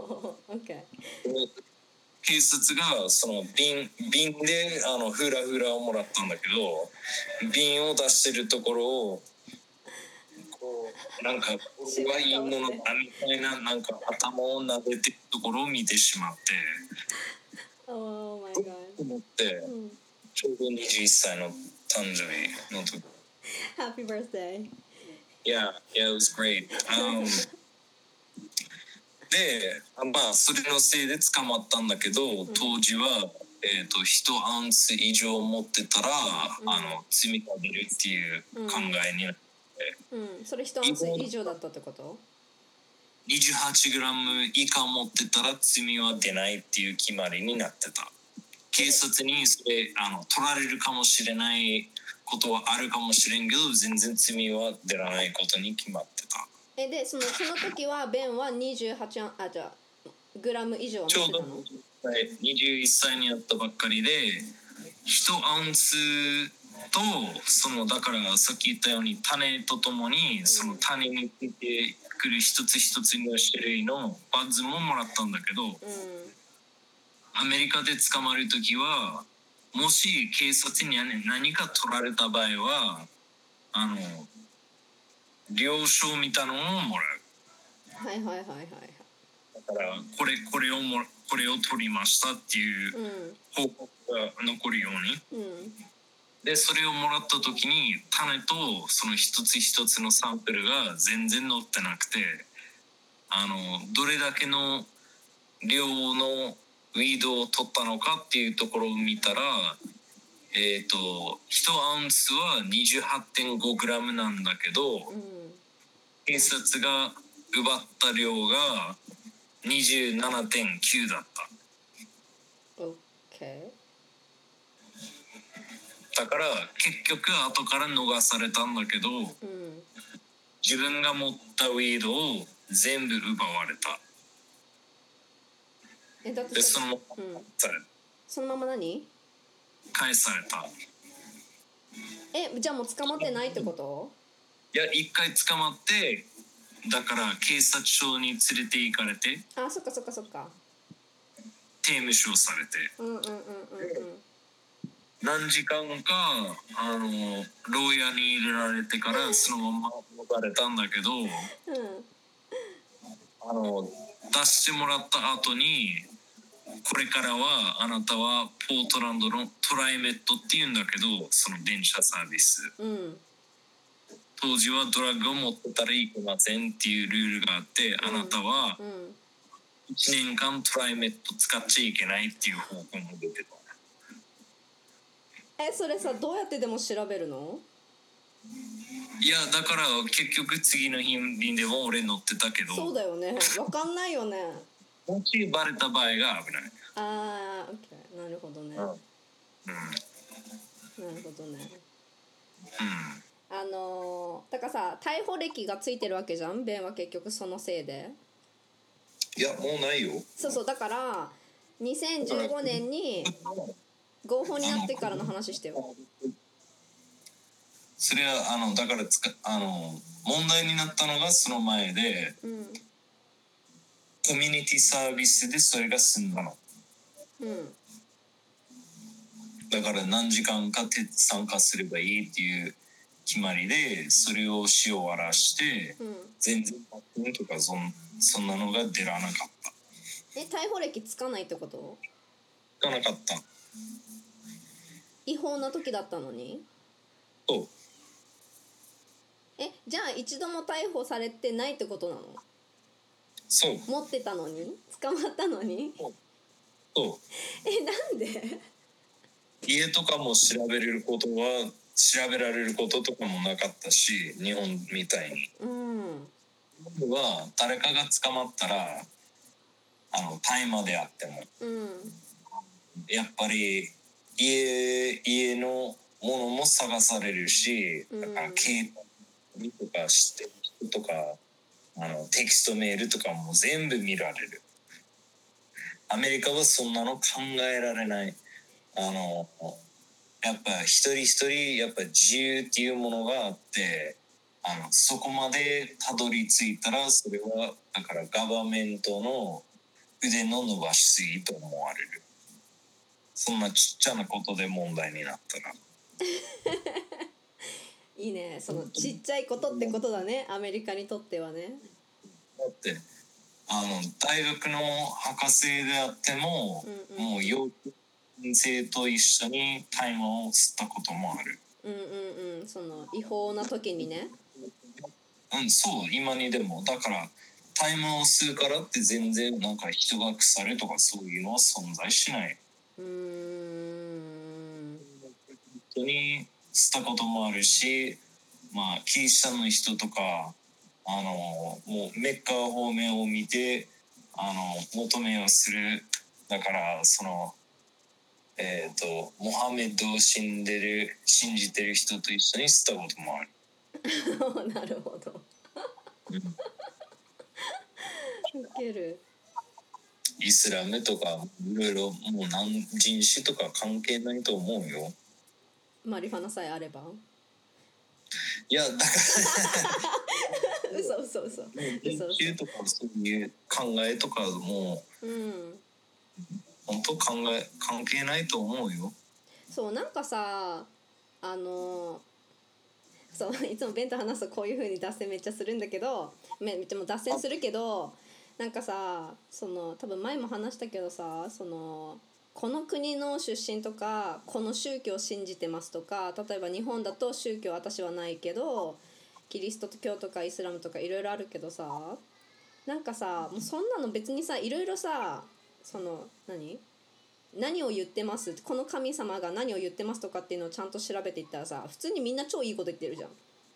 警察がその瓶でフーラフーラをもらったんだけど瓶を出してるところをこうなんかこれはいいものだみたいななんか頭を撫でてるところを見てしまって思って、ちょうど21歳の誕生日の時。 Happy birthday. Yeah, it was great. で、それのせいで捕まったんだけど、当時は、1アンス以上持ってたら、罪が出るっていう考えになって、 それ1アンス以上だったってこと？ 28 グラム以下持ってたら罪は出ないっていう決まりになってた。警察にそれ取られるかもしれないことはあるかもしれんけど全然罪は出らないことに決まってた。 でその時はベンは28グラム以上は持ってたの？ちょうど21歳になったばっかりで1アンスとだからさっき言ったように種とともにその種についてくる一つ一つの種類のバッズももらったんだけど、アメリカで捕まるときはもし警察に何か取られた場合は了承みたいなのをもらう。だからこれを取りましたっていう報告が残るように、でそれをもらった時に種とその一つ一つのサンプルが全然載ってなくてどれだけの量のウィードを取ったのかっていうところを見たら1アウンスは 28.5 グラムなんだけど、警察が奪った量が 27.9 だった。だから結局後から逃されたんだけど、自分が持ったウィードを全部奪われた。でそのままそのまま何？ 返された。 じゃあもう捕まってないってこと？ いや一回捕まってだから警察署に連れて行かれてそっか刑務所されて、何時間か牢屋に入れられてからそのまま持たれたんだけど、出してもらった後にこれからはあなたはポートランドのトライメットっていうんだけどその電車サービス、 当時はドラッグを持ってたらいけませんっていうルールがあって、あなたは1年間トライメット使っちゃいけないっていう方向も出てた。 それさ、どうやってでも調べるの？ いやだから結局次の日便でも俺乗ってたけど、 そうだよね、分かんないよね。 もしバレた場合が危ない。 あー、OK、なるほどね、なるほどね。だからさ、逮捕歴がついてるわけじゃん、ベンは結局そのせいで。 いやもうないよ。 そうそう、だから2015年に合法になってからの話してよ。 それはだから問題になったのがその前で、コミュニティサービスでそれが済んだの。だから何時間か参加すればいいっていう決まりで、それをし終わらして、全然罰金とかそんなのが出らなかった。 逮捕歴つかないってこと？ つかなかった。 違法な時だったのに？ そう。 じゃあ一度も逮捕されてないってことなの？ そう。 持ってたのに？捕まったのに？ そう。 なんで？ 家とかも調べられることとかもなかったし、日本みたいに。日本は誰かが捕まったら大麻であっても、やっぱり家のものも探されるし、だから携帯とか知ってる人とかテキストメールとかも全部見られる。アメリカはそんなの考えられない。やっぱ一人一人やっぱ自由っていうものがあって、そこまでたどり着いたらそれはだからガバメントの腕の伸ばしすぎと思われる。そんなちっちゃなことで問題になったらいいね、そのちっちゃいことってことだね、アメリカにとってはね。 だって大学の博士であっても、もう幼稚園生と一緒に大麻を吸ったこともある。 その違法な時にね。 そう、今にでも。だから大麻を吸うからって全然なんか人が腐るとかそういうのは存在しない。本当に吸ったこともあるし、キリシタンの人とかもうメッカ方面を見て求めをする。だからそのモハメッドを信じてる人と一緒に吸ったこともある。 なるほど。ウケる。 イスラムとかいろいろもう人種とか関係ないと思うよ。 マリファナさえあれば。 いやだから嘘人種とかそういう考えとかも本当関係ないと思うよ。 そう、なんかさそういつもベンと話すとこういう風に脱線めっちゃするんだけど、めっちゃもう脱線するけど、なんかさ、その多分前も話したけどさ、そのこの国の出身とかこの宗教を信じてますとか、例えば日本だと宗教私はないけどキリスト教とかイスラムとかいろいろあるけどさ、なんかさ、もうそんなの別にさ、いろいろさ、その何を言ってます、この神様が何を言ってますとかっていうのをちゃんと調べていったらさ、普通にみんな超いいこと言ってるじゃん。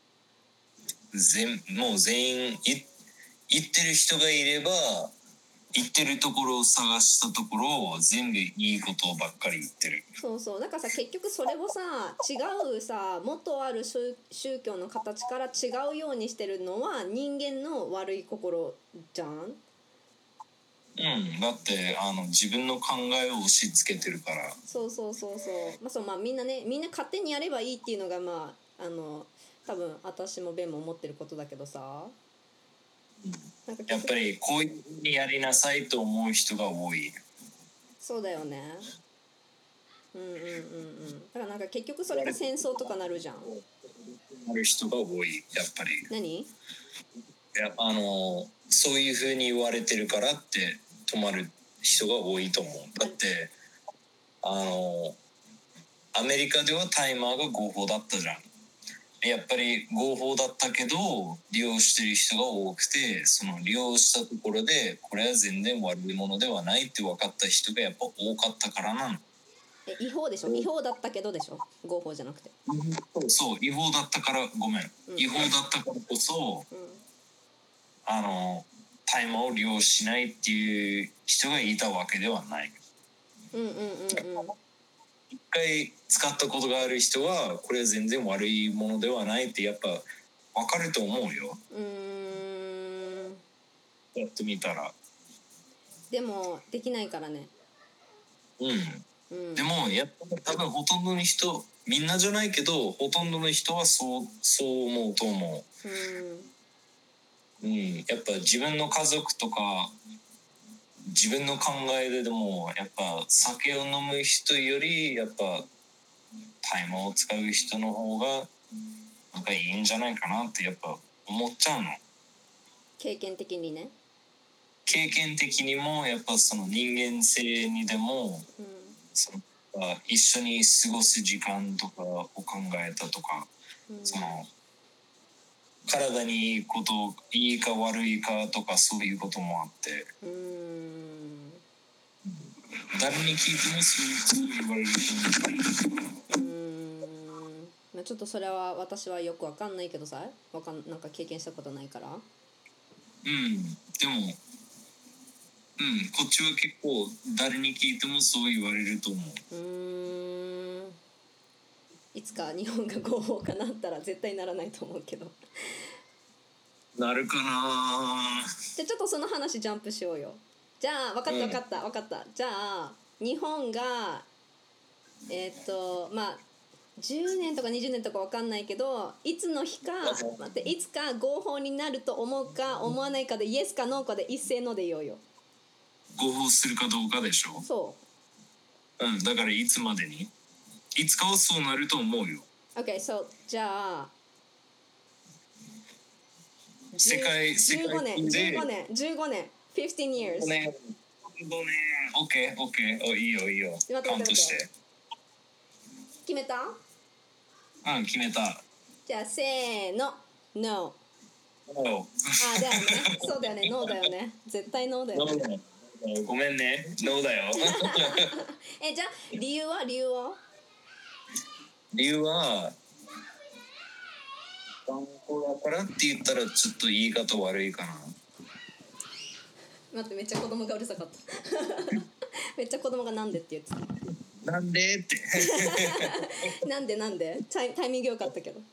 もう全員言ってる人がいれば、言ってるところを探したところを全部いいことばっかり言ってる。 そうだからさ、結局それをさ、違うさ、元ある宗教の形から違うようにしてるのは人間の悪い心じゃん。 だって自分の考えを押し付けてるから。 そうみんな勝手にやればいいっていうのが多分私もベンも思ってることだけどさ、なんかやっぱりこういうふうにやりなさいと思う人が多い。 そうだよね。だからなんか結局それが戦争とかなるじゃん。 なる人が多い、やっぱり。 何？ いやそういうふうに言われてるからって止まる人が多いと思う。だってアメリカではタイマーが合法だったじゃん。 やっぱり合法だったけど利用してる人が多くて、その利用したところでこれは全然悪いものではないって分かった人がやっぱ多かったからなの。 違法でしょ。違法だったけどでしょ。合法じゃなくて。 そう違法だったからごめん、違法だったからこそ、大麻を利用しないっていう人がいたわけではない。一回使ったことがある人はこれは全然悪いものではないってやっぱ分かると思うよ。やってみたら。 でもできないからね。 でもやっぱ多分ほとんどの人、みんなじゃないけどほとんどの人はそう思うと思う。やっぱ自分の家族とか自分の考えでもやっぱ酒を飲む人よりやっぱ大麻を使う人の方がなんかいいんじゃないかなってやっぱ思っちゃうの。 経験的にね。 経験的にもやっぱその人間性にでも、その一緒に過ごす時間とかを考えたとか、その体にいいこといいか悪いかとかそういうこともあって、誰に聞いてもそう言われると思う。 ちょっとそれは私はよくわかんないけどさ、なんか経験したことないから。 でもこっちは結構誰に聞いてもそう言われると思う。 いつか日本が合法化なったら絶対ならないと思うけど。 なるかな。 じゃあちょっとその話ジャンプしようよ。じゃあ分かったじゃあ日本がまあ10年とか20年とか分かんないけど、いつの日かいつか合法になると思うか思わないかでイエスかノーかで一斉ので言おうよ。 合法するかどうかでしょ。 そう。 だからいつまでに、いつかはそうなると思うよ。 Okay, so じゃあ 15 年15年15 years。 5年 OK いいよカウントして。 決めた？ 決めた。 じゃあせーの No。 だよね。そうだよね。 No だよね。絶対 No だよね。 ごめんね、ノーだよ。 じゃあ理由は頑固だからって言ったらちょっと言い方悪いかな。 待って、めっちゃ子供がうるさかった。めっちゃ子供がなんでって言ってた。なんでってなんでタイミング良かったけど。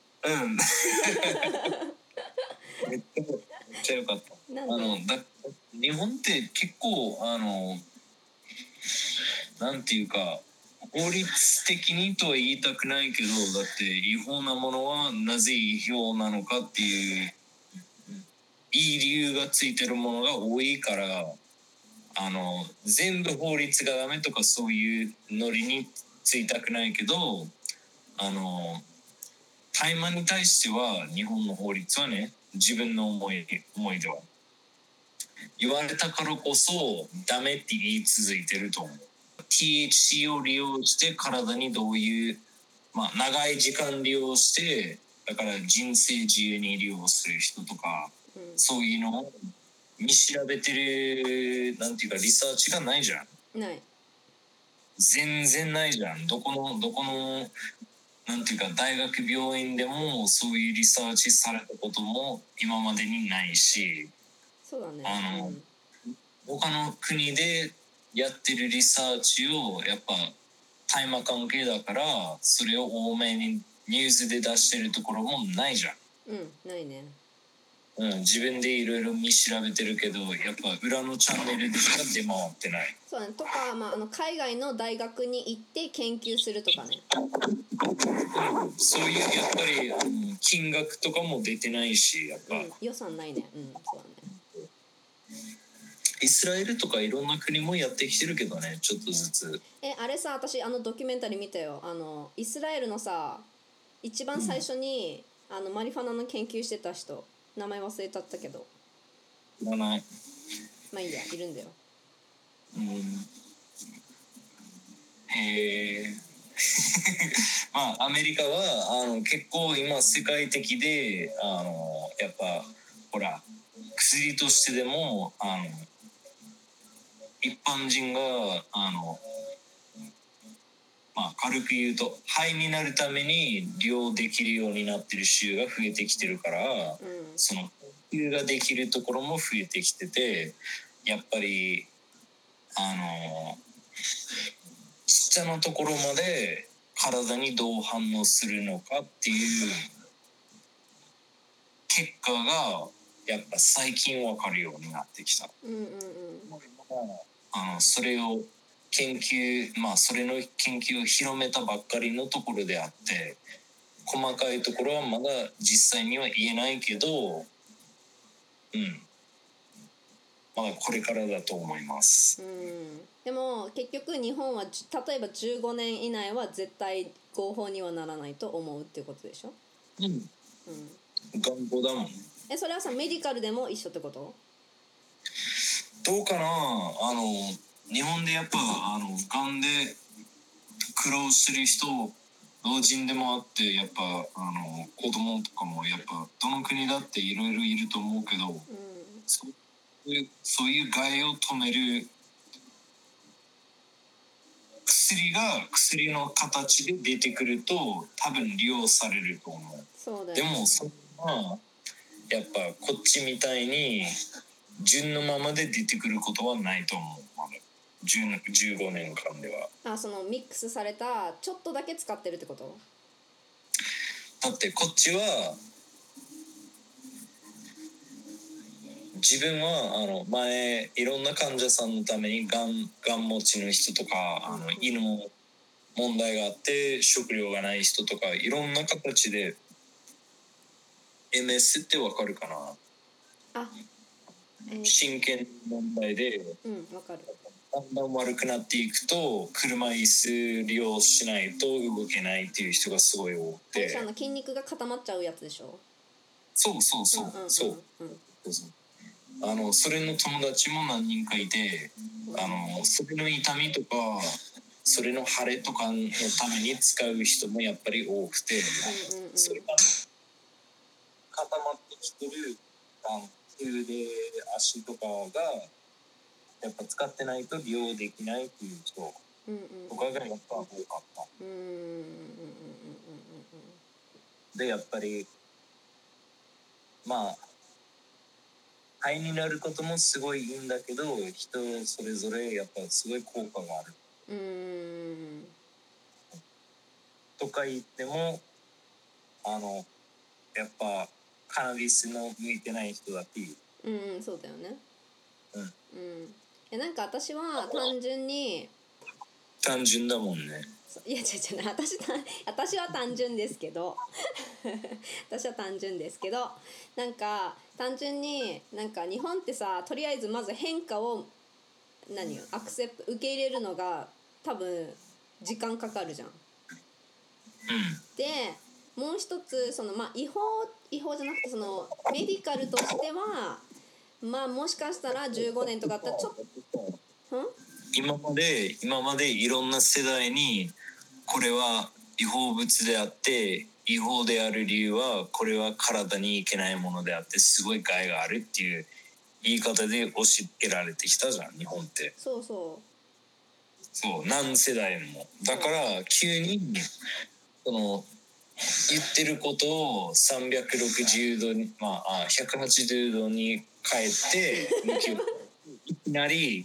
めっちゃ良かった。日本って結構なんていうか法律的にとは言いたくないけど、だって違法なものはなぜ違法なのかっていういい理由がついてるものが多いから、全部法律がダメとかそういうノリについたくないけど、大麻に対しては日本の法律はね、自分の思いでは言われたからこそダメって言い続いてると思う。THC を利用して体にどういう、長い時間利用してだから人生自由に利用する人とか、そういうのを見調べてるなんていうかリサーチがないじゃん。 ない。 全然ないじゃん。どこのなんていうか大学病院でもそういうリサーチされたことも今までにないし、 そうだね。 他の国でやってるリサーチをやっぱ大麻関係だからそれを多めにニュースで出してるところもないじゃん。 ないね。 自分でいろいろ見調べてるけどやっぱ裏のチャンネルでしか出回ってない。 そうね。とか、海外の大学に行って研究するとかね。 そういうやっぱり金額とかも出てないし、やっぱ、 予算ないね。そうだね。 イスラエルとかいろんな国もやってきてるけどね、ちょっとずつ。 あれさ、私ドキュメンタリー見たよ。イスラエルのさ、一番最初に、マリファナの研究してた人、名前忘れちゃったけど。 知らない。 まあいいや、いるんだよ。 へえ。 まあアメリカは結構今世界的でやっぱほら薬としてでも一般人がまあ軽く言うと肺になるために利用できるようになってる州が増えてきてるから、その呼吸ができるところも増えてきてて、やっぱりちっちゃなところまで体にどう反応するのかっていう結果がやっぱ最近分かるようになってきた。それをそれの研究を広めたばっかりのところであって、細かいところはまだ実際には言えないけど、まだこれからだと思います。 でも結局日本は例えば15年以内は絶対合法にはならないと思うっていうことでしょ。 頑固だもん。 それはさメディカルでも一緒ってこと？ どうかな。日本でやっぱがんで苦労してる人老人でもあって、やっぱ子供とかもやっぱどの国だっていろいろいると思うけど、そういう害を止める薬が薬の形で出てくると多分利用されると思う。 そうだよ。 でもそれはやっぱこっちみたいに純のままで出てくることはないと思う。15年間では。 そのミックスされたちょっとだけ使ってるってこと？ だってこっちは自分は前いろんな患者さんのためにがん持ちの人とか胃の問題があって食料がない人とかいろんな形で MS ってわかるかな？真剣問題で、 わかる。 だんだん悪くなっていくと車椅子利用しないと動けないっていう人がすごい多くて、 筋肉が固まっちゃうやつでしょ。 そうそれの友達も何人かいて、それの痛みとかそれの腫れとかのために使う人もやっぱり多くて、それが固まってきてる腕足とかがやっぱ使ってないと利用できないっていう人とかがやっぱ多かった。でやっぱりまあ肺になることもすごいいいんだけど、人それぞれやっぱすごい効果がある。とか言ってもやっぱカナビスの向いてない人だっていう。 そうだよね。なんか私は単純だもんね。 いや違う私は単純ですけどなんか単純になんか日本ってさ、とりあえずまず変化を受け入れるのが多分時間かかるじゃん。でもう一つ違法じゃなくてメディカルとしてはもしかしたら15年とかあったらちょっと今までいろんな世代にこれは違法物であって違法である理由はこれは体にいけないものであってすごい害があるっていう言い方で押し付けられてきたじゃん日本って。そう何世代もだから急に言ってることを360度に180度に変えていきなり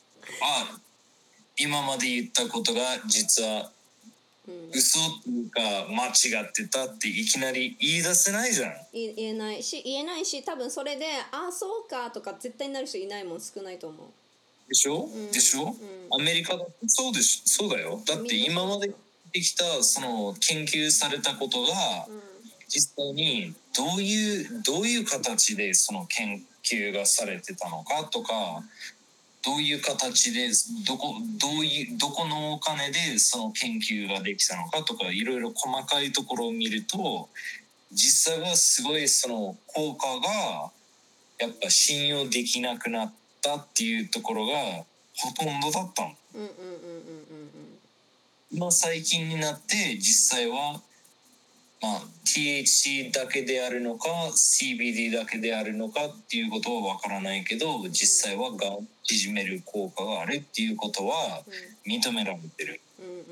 今まで言ったことが実は嘘っていうか間違ってたっていきなり言い出せないじゃん。 言えないし多分それでそうかとか絶対になる人いないもん、少ないと思う。 でしょ、アメリカだってそうだよ。だって今までできたその研究されたことが、実際にどういう形でその研究がされてたのかとか、どういう形でどこのお金でその研究ができたのかとかいろいろ細かいところを見ると実際はすごいその効果がやっぱ信用できなくなったっていうところがほとんどだったの。 最近になって実際は、THC だけであるのか CBD だけであるのかっていうことはわからないけど、実際はがんを縮める効果があるっていうことは認められてる。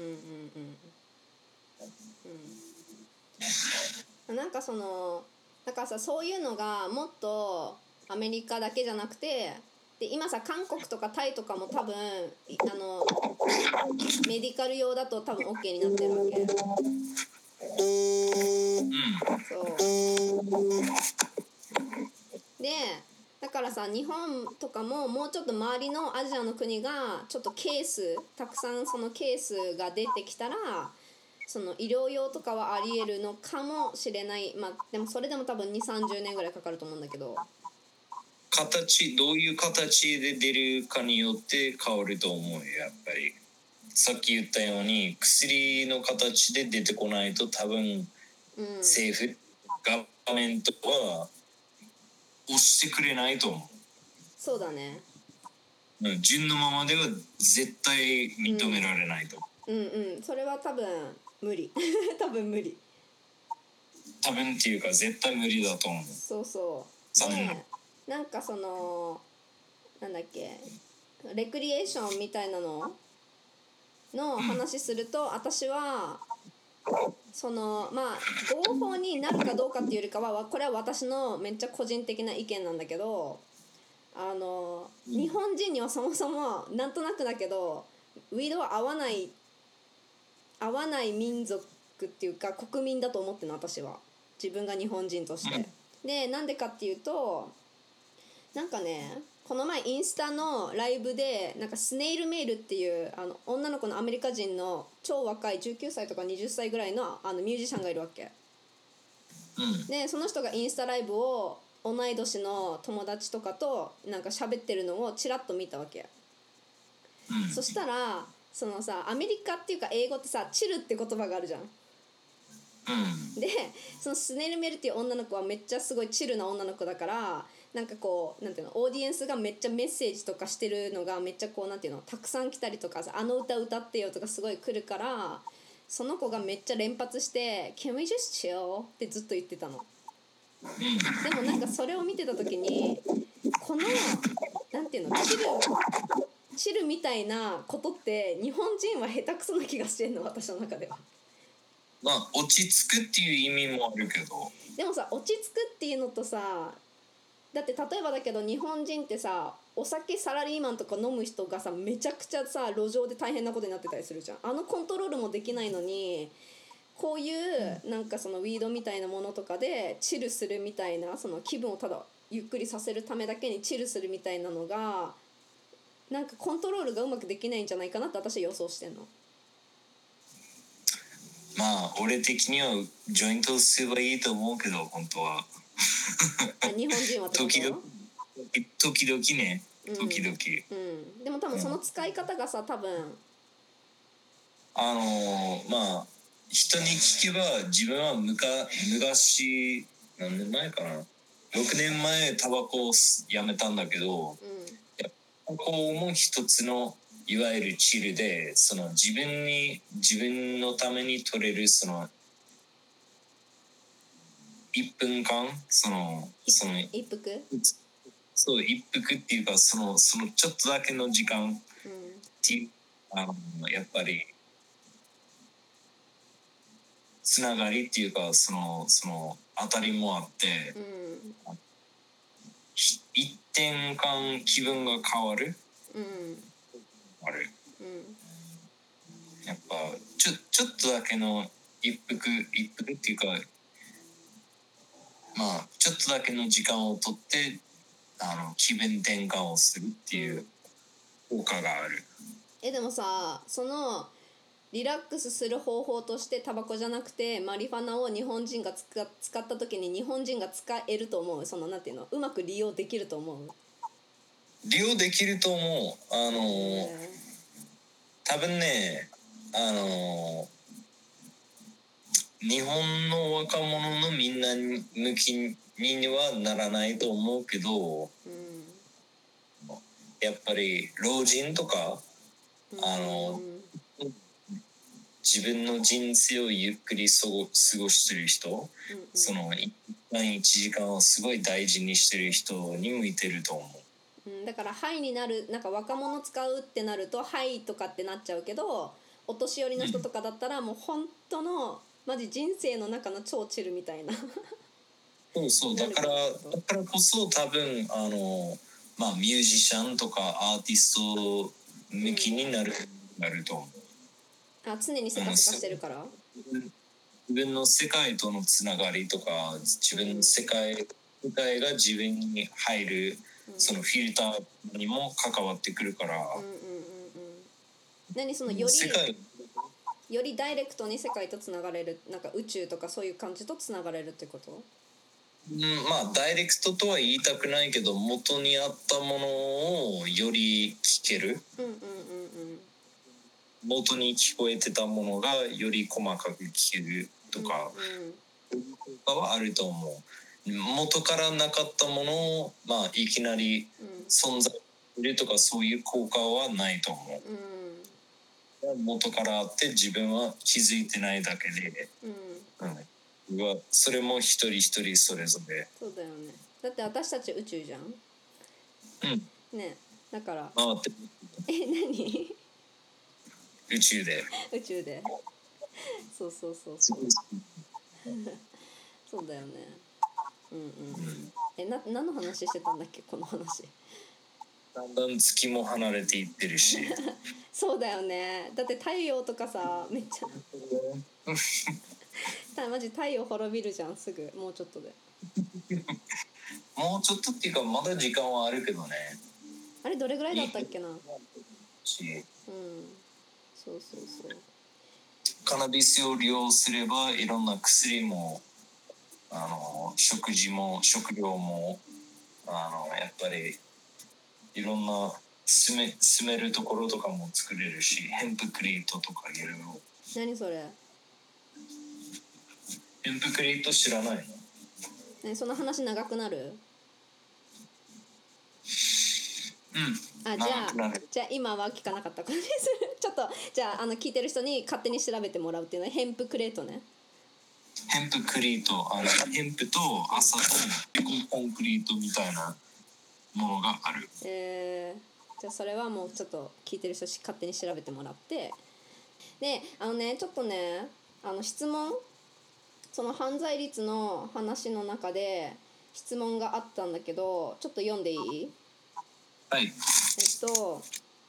なんかだからさ、そういうのがもっとアメリカだけじゃなくて、で今さ韓国とかタイとかも多分メディカル用だと多分 OK になってるわけ。そうで、だからさ、日本とかももうちょっと周りのアジアの国がちょっとたくさんそのケースが出てきたら、その医療用とかはありえるのかもしれない。でもそれでも多分2、30年ぐらいかかると思うんだけど、 どういう形で出るかによって変わると思うよ。やっぱりさっき言ったように薬の形で出てこないと多分、政府ガバメントは押してくれないと思う。 そうだね。 純のままでは絶対認められないと。 それは多分無理多分無理。 多分っていうか絶対無理だと思う。 そうで、なんかなんだっけ、レクリエーションみたいなの話すると、私は合法になるかどうかっていうよりかは、これは私のめっちゃ個人的な意見なんだけど、日本人にはそもそもなんとなくだけどウィードは合わない民族っていうか国民だと思ってるの、私は。自分が日本人として。で、なんでかっていうと、なんかね、この前インスタのライブでなんかスネイルメイルっていう女の子のアメリカ人の超若い19歳とか20歳ぐらいのミュージシャンがいるわけ。でその人がインスタライブを同い年の友達とかとなんか喋ってるのをチラッと見たわけ。そしたらアメリカっていうか英語ってさ、チルって言葉があるじゃん。でそのスネイルメルっていう女の子はめっちゃすごいチルな女の子だから、なんかこうなんていうの、オーディエンスがめっちゃメッセージとかしてるのがめっちゃこうなんていうの、たくさん来たりとかさ、歌歌ってよとかすごい来るから、その子がめっちゃ連発して「Can we just chill?」ってずっと言ってたの。でもなんかそれを見てた時に、このなんていうの、チルみたいなことって日本人は下手くそな気がしてんの、私の中では。 落ち着くっていう意味もあるけど、 でもさ、落ち着くっていうのとさ、だって例えばだけど日本人ってさ、お酒サラリーマンとか飲む人がさ、めちゃくちゃさ路上で大変なことになってたりするじゃん。コントロールもできないのに、こういうなんかウィードみたいなものとかでチルするみたいな、その気分をただゆっくりさせるためだけにチルするみたいなのが、なんかコントロールがうまくできないんじゃないかなって私は予想してんの。 俺的にはジョイントを吸えばいいと思うけど、本当は日本人はってこと？ 時々ね、時々、 でも多分その使い方がさ、多分人に聞けば、自分は昔何年前かな、6年前タバコをやめたんだけど、タバコも一つのいわゆるチルで、自分のために取れる1分間、 一服？ そう、一服っていうか、ちょっとだけの時間っていう、やっぱりつながりっていうか、当たりもあって、一点間気分が変わる、ある、やっぱちょっとだけの一服っていうか、ちょっとだけの時間をとって気分転換をするっていう効果がある。 でもさ、リラックスする方法としてタバコじゃなくてマリファナを日本人が使った時に日本人が使えると思う？なんていうの、うまく利用できると思う？ 利用できると思う。多分ね、日本の若者のみんな向きにはならないと思うけど、やっぱり老人とか、 自分の人生をゆっくり過ごしてる人、その一時間をすごい大事にしてる人に向いてると思う。 だからハイになる、なんか若者使うってなるとハイとかってなっちゃうけど、お年寄りの人とかだったらもう本当のマジ人生の中の超チルみたいなそうだからこそ多分ミュージシャンとかアーティスト向きになると思う。 常にせかせかしてるから。 自分の世界とのつながりとか、自分の世界が自分に入る、そのフィルターにも関わってくるから。 何そのよりダイレクトに世界とつながれる、なんか宇宙とかそういう感じとつながれるってこと？ ダイレクトとは言いたくないけど、元にあったものをより聞ける。元に聞こえてたものがより細かく聞けるとか、はあると思う。元からなかったものを、いきなり存在するとかそういう効果はないと思う。元からあって自分は気づいてないだけで、それも一人一人それぞれ。 そうだよね。だって私たち宇宙じゃん。ね、だから。 回って何？ 宇宙で。 そうそうだよね。何の話してたんだっけ、この話。 だんだん月も離れていってるしそうだよね。だって太陽とかさ、めっちゃマジ太陽滅びるじゃん、すぐ。もうちょっとでもうちょっとっていうか、まだ時間はあるけどね。 あれどれぐらいだったっけな。そうカナビスを利用すればいろんな薬も食料もやっぱりいろんな住めるところとかも作れるし、ヘンプクリートとかいろいろ。 何それ？ ヘンプクリート知らないの？ その話長くなる？じゃあ今は聞かなかった感じする。ちょっとじゃあ聞いてる人に勝手に調べてもらうっていうのはヘンプクレートね。 ヘンプクリート、ヘンプと麻とコンクリートみたいなものがある。 じゃあそれはもうちょっと聞いてる人勝手に調べてもらって、でちょっとね質問、その犯罪率の話の中で質問があったんだけど、ちょっと読んでいい？ はい。 そう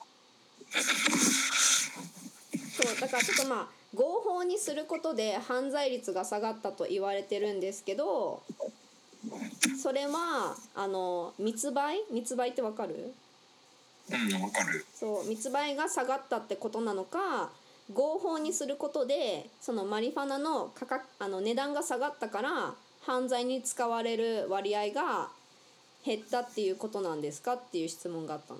だからちょっと合法にすることで犯罪率が下がったと言われてるんですけど、それは密売ってわかる？ わかる。 そう密売が下がったってことなのか、合法にすることでそのマリファナの値段が下がったから犯罪に使われる割合が減ったっていうことなんですかっていう質問があったの。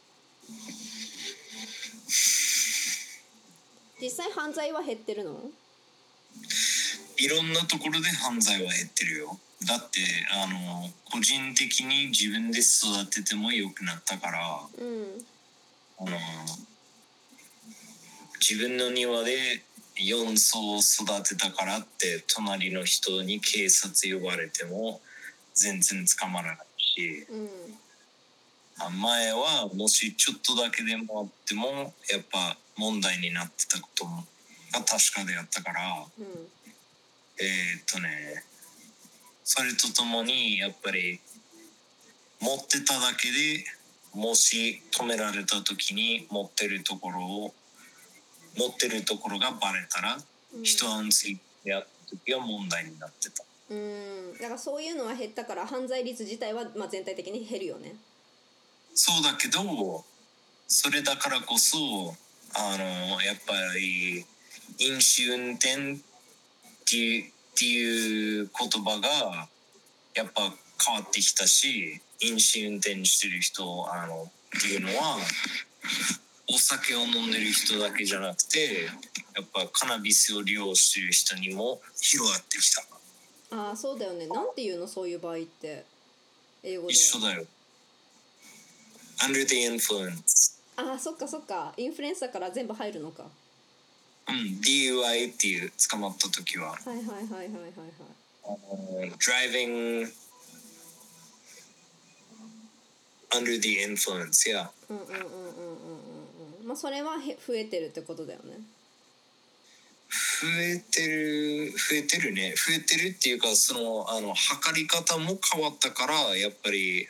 実際犯罪は減ってるの？ いろんなところで犯罪は減ってるよ。だって個人的に自分で育てても良くなったから、自分の庭で4層育てたからって隣の人に警察呼ばれても全然捕まらないし、前はもしちょっとだけでもあってもやっぱ問題になってたこともが確かであったから、それとともにやっぱり持ってただけでもし止められた時に持ってるところがバレたら、一安心やった時が問題になってた。 だからそういうのは減ったから犯罪率自体は全体的に減るよね。 そうだけど、それだからこそやっぱり飲酒運転っていう言葉がやっぱ変わってきたし、飲酒運転してる人っていうのはお酒を飲んでる人だけじゃなくて、やっぱカナビスを利用してる人にも広がってきた。 そうだよね。なんていうのそういう場合って英語で。 一緒だよ。Under the influence。 そっかインフルエンサーから全部入るのか。 DUI っていう捕まった時は、 はいはいはいはいはいはい。 driving under the influence, yeah. まあそれは増えてるってことだよね。 増えてるね。増えてるっていうか、測り方も変わったから、やっぱり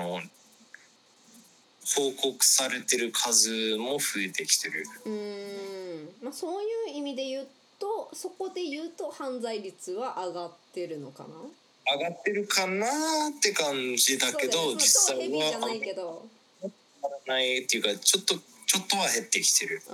報告されてる数も増えてきてる。 まあそういう意味で言うと、そこで言うと犯罪率は上がってるのかな。 上がってるかなって感じだけど、 そうだよね、 実際は超ヘビーじゃないけど、 ないっていうか、ちょっとは減ってきてる。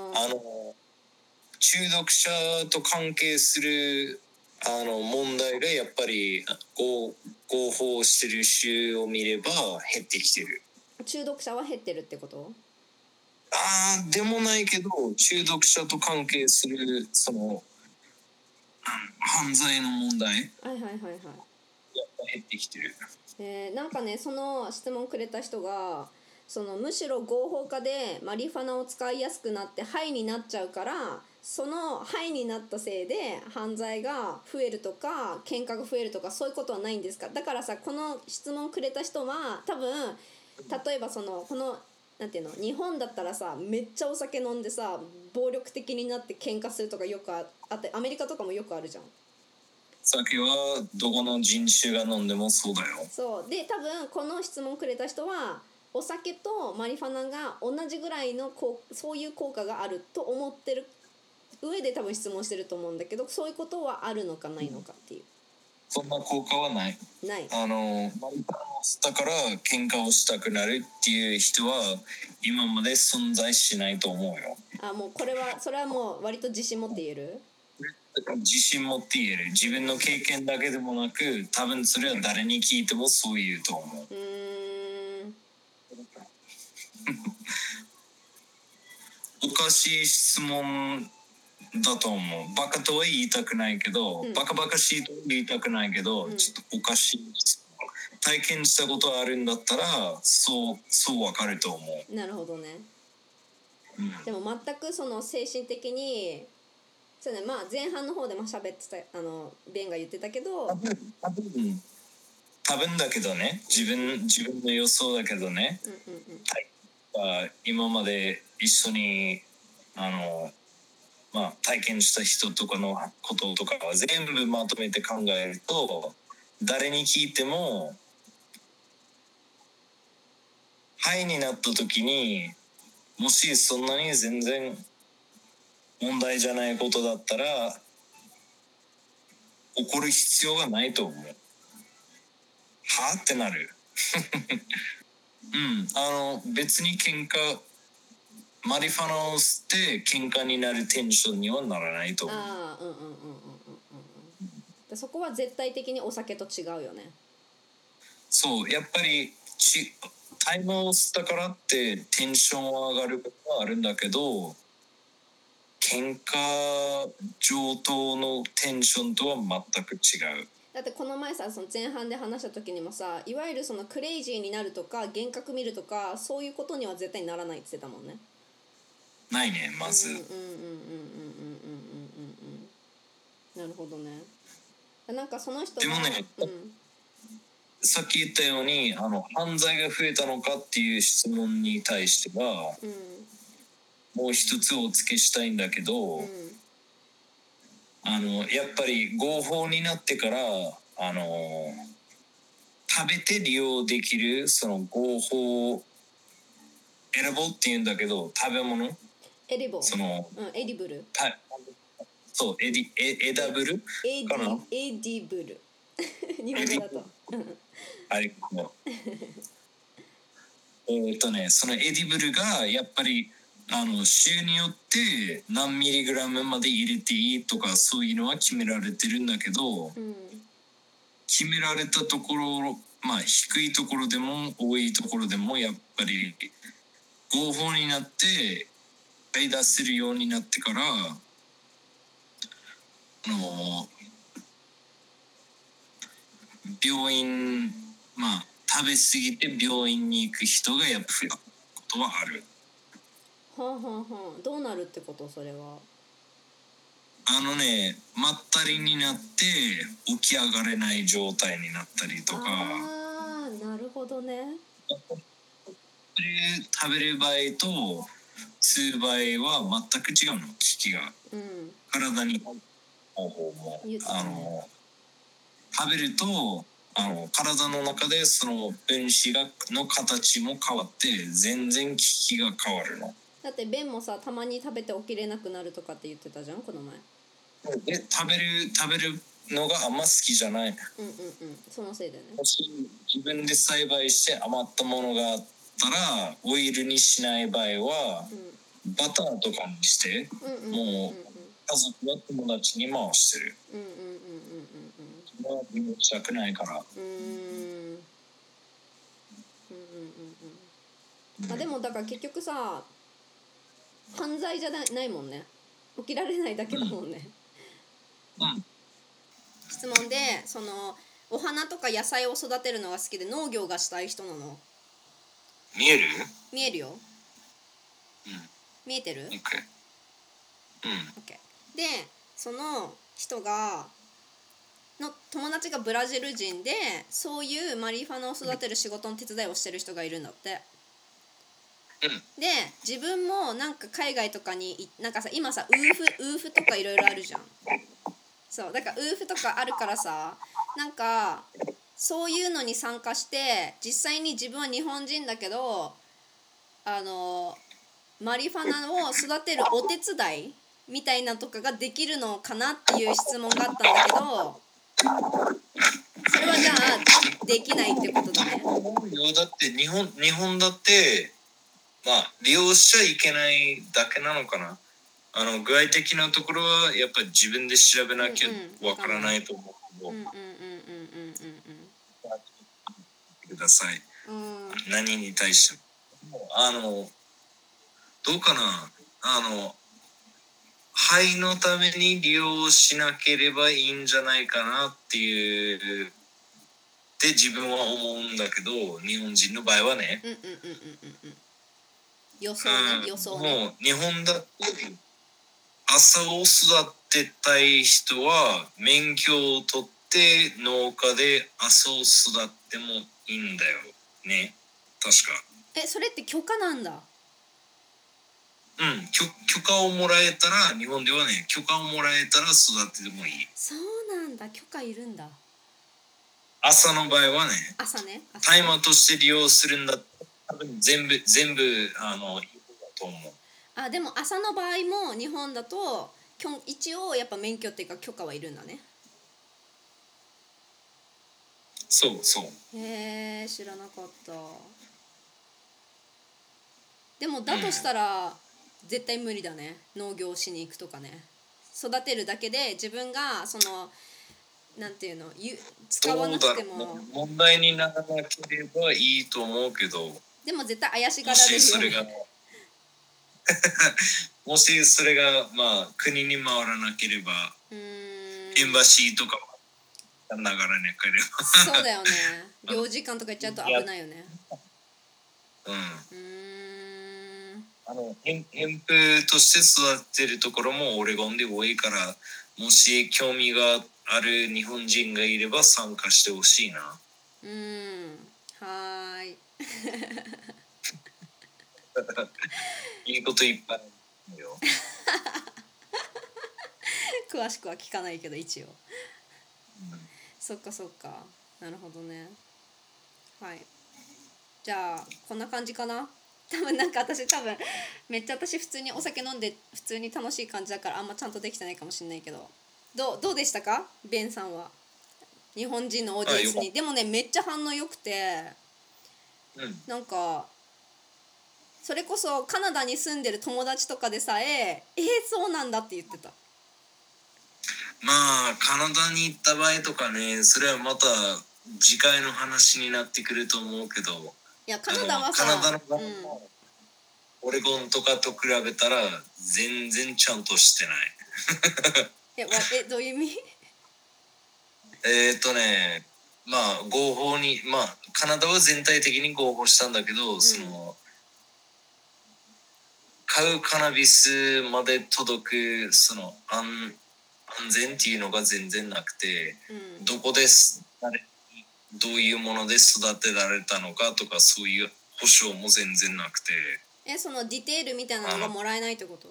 中毒者と関係する問題がやっぱり合法してる州を見れば減ってきてる。 中毒者は減ってるってこと？ でもないけど、中毒者と関係する犯罪の問題、 はいはいはいはい、 やっぱ減ってきてる。 なんかね、その質問くれた人が、むしろ合法化でマリファナを使いやすくなってハイになっちゃうから、そのハイになったせいで犯罪が増えるとか喧嘩が増えるとか、そういうことはないんですか。だからさ、この質問くれた人は多分、例えばこのなんていうの、日本だったらさ、めっちゃお酒飲んでさ暴力的になって喧嘩するとかよくあって、アメリカとかもよくあるじゃん。 酒はどこの人種が飲んでもそうだよ。 そうで、多分この質問くれた人はお酒とマリファナが同じぐらいのそういう効果があると思ってる上で多分質問してると思うんだけど、そういうことはあるのかないのかっていう。 そんな効果はない。マリファナを吸ったから喧嘩をしたくなるっていう人は今まで存在しないと思うよ。 もうそれはもう割と自信持って言える？ 自信持って言える。自分の経験だけでもなく、多分それは誰に聞いてもそう言うと思う。おかしい質問だと思う。バカとは言いたくないけど、バカバカしいとは言いたくないけど、ちょっとおかしい質問。体験したことあるんだったら、そうわかると思う。 なるほどね。でも全く精神的に、そうね、まあ前半の方でも喋ってたベンが言ってたけど、 多分だけどね、自分の予想だけどね、今まで一緒に体験した人とかのこととかは全部まとめて考えると、誰に聞いてもハイになった時に、もしそんなに全然問題じゃないことだったら怒る必要がないと思う。はってなる。別にマリファナを吸って喧嘩になるテンションにはならないと思う。 そこは絶対的にお酒と違うよね。 そう、やっぱりタイマーを吸ったからってテンションは上がることはあるんだけど、喧嘩上等のテンションとは全く違う。 だってこの前さ、前半で話した時にもさ、いわゆるクレイジーになるとか幻覚見るとか、そういうことには絶対にならないって言ってたもんね。 ないね、まず。 なるほどね。なんかその人でもね、さっき言ったように犯罪が増えたのかっていう質問に対しては、もう一つお付けしたいんだけど、やっぱり合法になってから食べて利用できる合法エディブルっていうんだけど、食べ物エディブル、エディブル、 そうエダブルかな、 エディブル日本語だとあれそのエディブルがやっぱり州によって何ミリグラムまで入れていいとか、そういうのは決められてるんだけど、決められたところ、低いところでも多いところでもやっぱり合法になって買い出せるようになってから、病院食べ過ぎて病院に行く人がやっぱ増えたことはある。 どうなるってことそれは。 まったりになって起き上がれない状態になったりとか、 ああ、なるほどね。 食べる場合と吸う場合は全く違うの、効きが。 うん。 体に方法も言ってたね。 食べると体の中でその分子の形も変わって全然効きが変わるの。 だってベンもさ、たまに食べて起きれなくなるとかって言ってたじゃん、この前。 で食べるのがあんま好きじゃない。 うんうんうん。そのせいでね。 もし自分で栽培して余ったものがあったらオイルにしない場合は、バターとかにして、もう家族や友達に回してる。利用したくないから。 あ、でもだから結局さ、犯罪じゃないもんね。起きられないだけだもんね。質問で、そのお花とか野菜を育てるのが好きで農業がしたい人なの。 見える？ 見えるよ。見えてる？ OK。 OK。で、その人がの友達がブラジル人で、そういうマリファナを育てる仕事の手伝いをしてる人がいるんだって。で、自分もなんか海外とかになんかさ、今さウーフとかいろいろあるじゃん。そうだからウーフとかあるからさ、なんかそういうのに参加して、実際に自分は日本人だけどマリファナを育てるお手伝いみたいなとかができるのかなっていう質問があったんだけど、それはじゃあできないってことだね。 だって日本だって利用しちゃいけないだけなのかな。具体的なところはやっぱり自分で調べなきゃわからないと思うけど、ください。何に対してもどうかな、肺のために利用しなければいいんじゃないかなっていうで自分は思うんだけど、日本人の場合はね。 予想ね。 もう日本だと朝を育てたい人は免許を取って農家で朝を育ってもいいんだよね、確か。 それって許可なんだ。 許可をもらえたら、日本ではね、許可をもらえたら育ててもいい。 そうなんだ、許可いるんだ。 朝の場合はね、 朝ね、 タイマーとして利用するんだったら多分全部いいと思う。 でも朝の場合も日本だと一応やっぱ免許っていうか許可はいるんだね。 そう。 へえ、知らなかった。でもだとしたら、絶対無理だね、農業しに行くとかね。育てるだけで自分がそのなんていうの使わなくても問題にならなければいいと思うけど、 でも絶対怪しがられるよね。 もしそれが国に回らなければ、エンバシーとか流れなければそうだよね、領事館とか行っちゃうと危ないよね。 ヘンプとして育てるところもオレゴンで多いから、もし興味がある日本人がいれば参加してほしいな。 はーいいいこといっぱいあるよ詳しくは聞かないけど一応、そっかなるほどね。はい、じゃあこんな感じかな。多分めっちゃ私普通にお酒飲んで普通に楽しい感じだからあんまちゃんとできてないかもしれないけど、どうでしたか、ベンさんは。日本人のオーディエンスにでもね、めっちゃ反応良くて、なんかそれこそカナダに住んでる友達とかでさえそうなんだって言ってた。 カナダに行った場合とかね、それはまた次回の話になってくると思うけど、 いやカナダはさ、 カナダのオレゴンとかと比べたら全然ちゃんとしてないどういう意味？ 合法にカナダは全体的に合法したんだけど、その買うカナビスまで届くその安全っていうのが全然なくて、 うんどこですどういうもので育てられたのかとかそういう保証も全然なくて、 そのディテールみたいなのがもらえないってこと？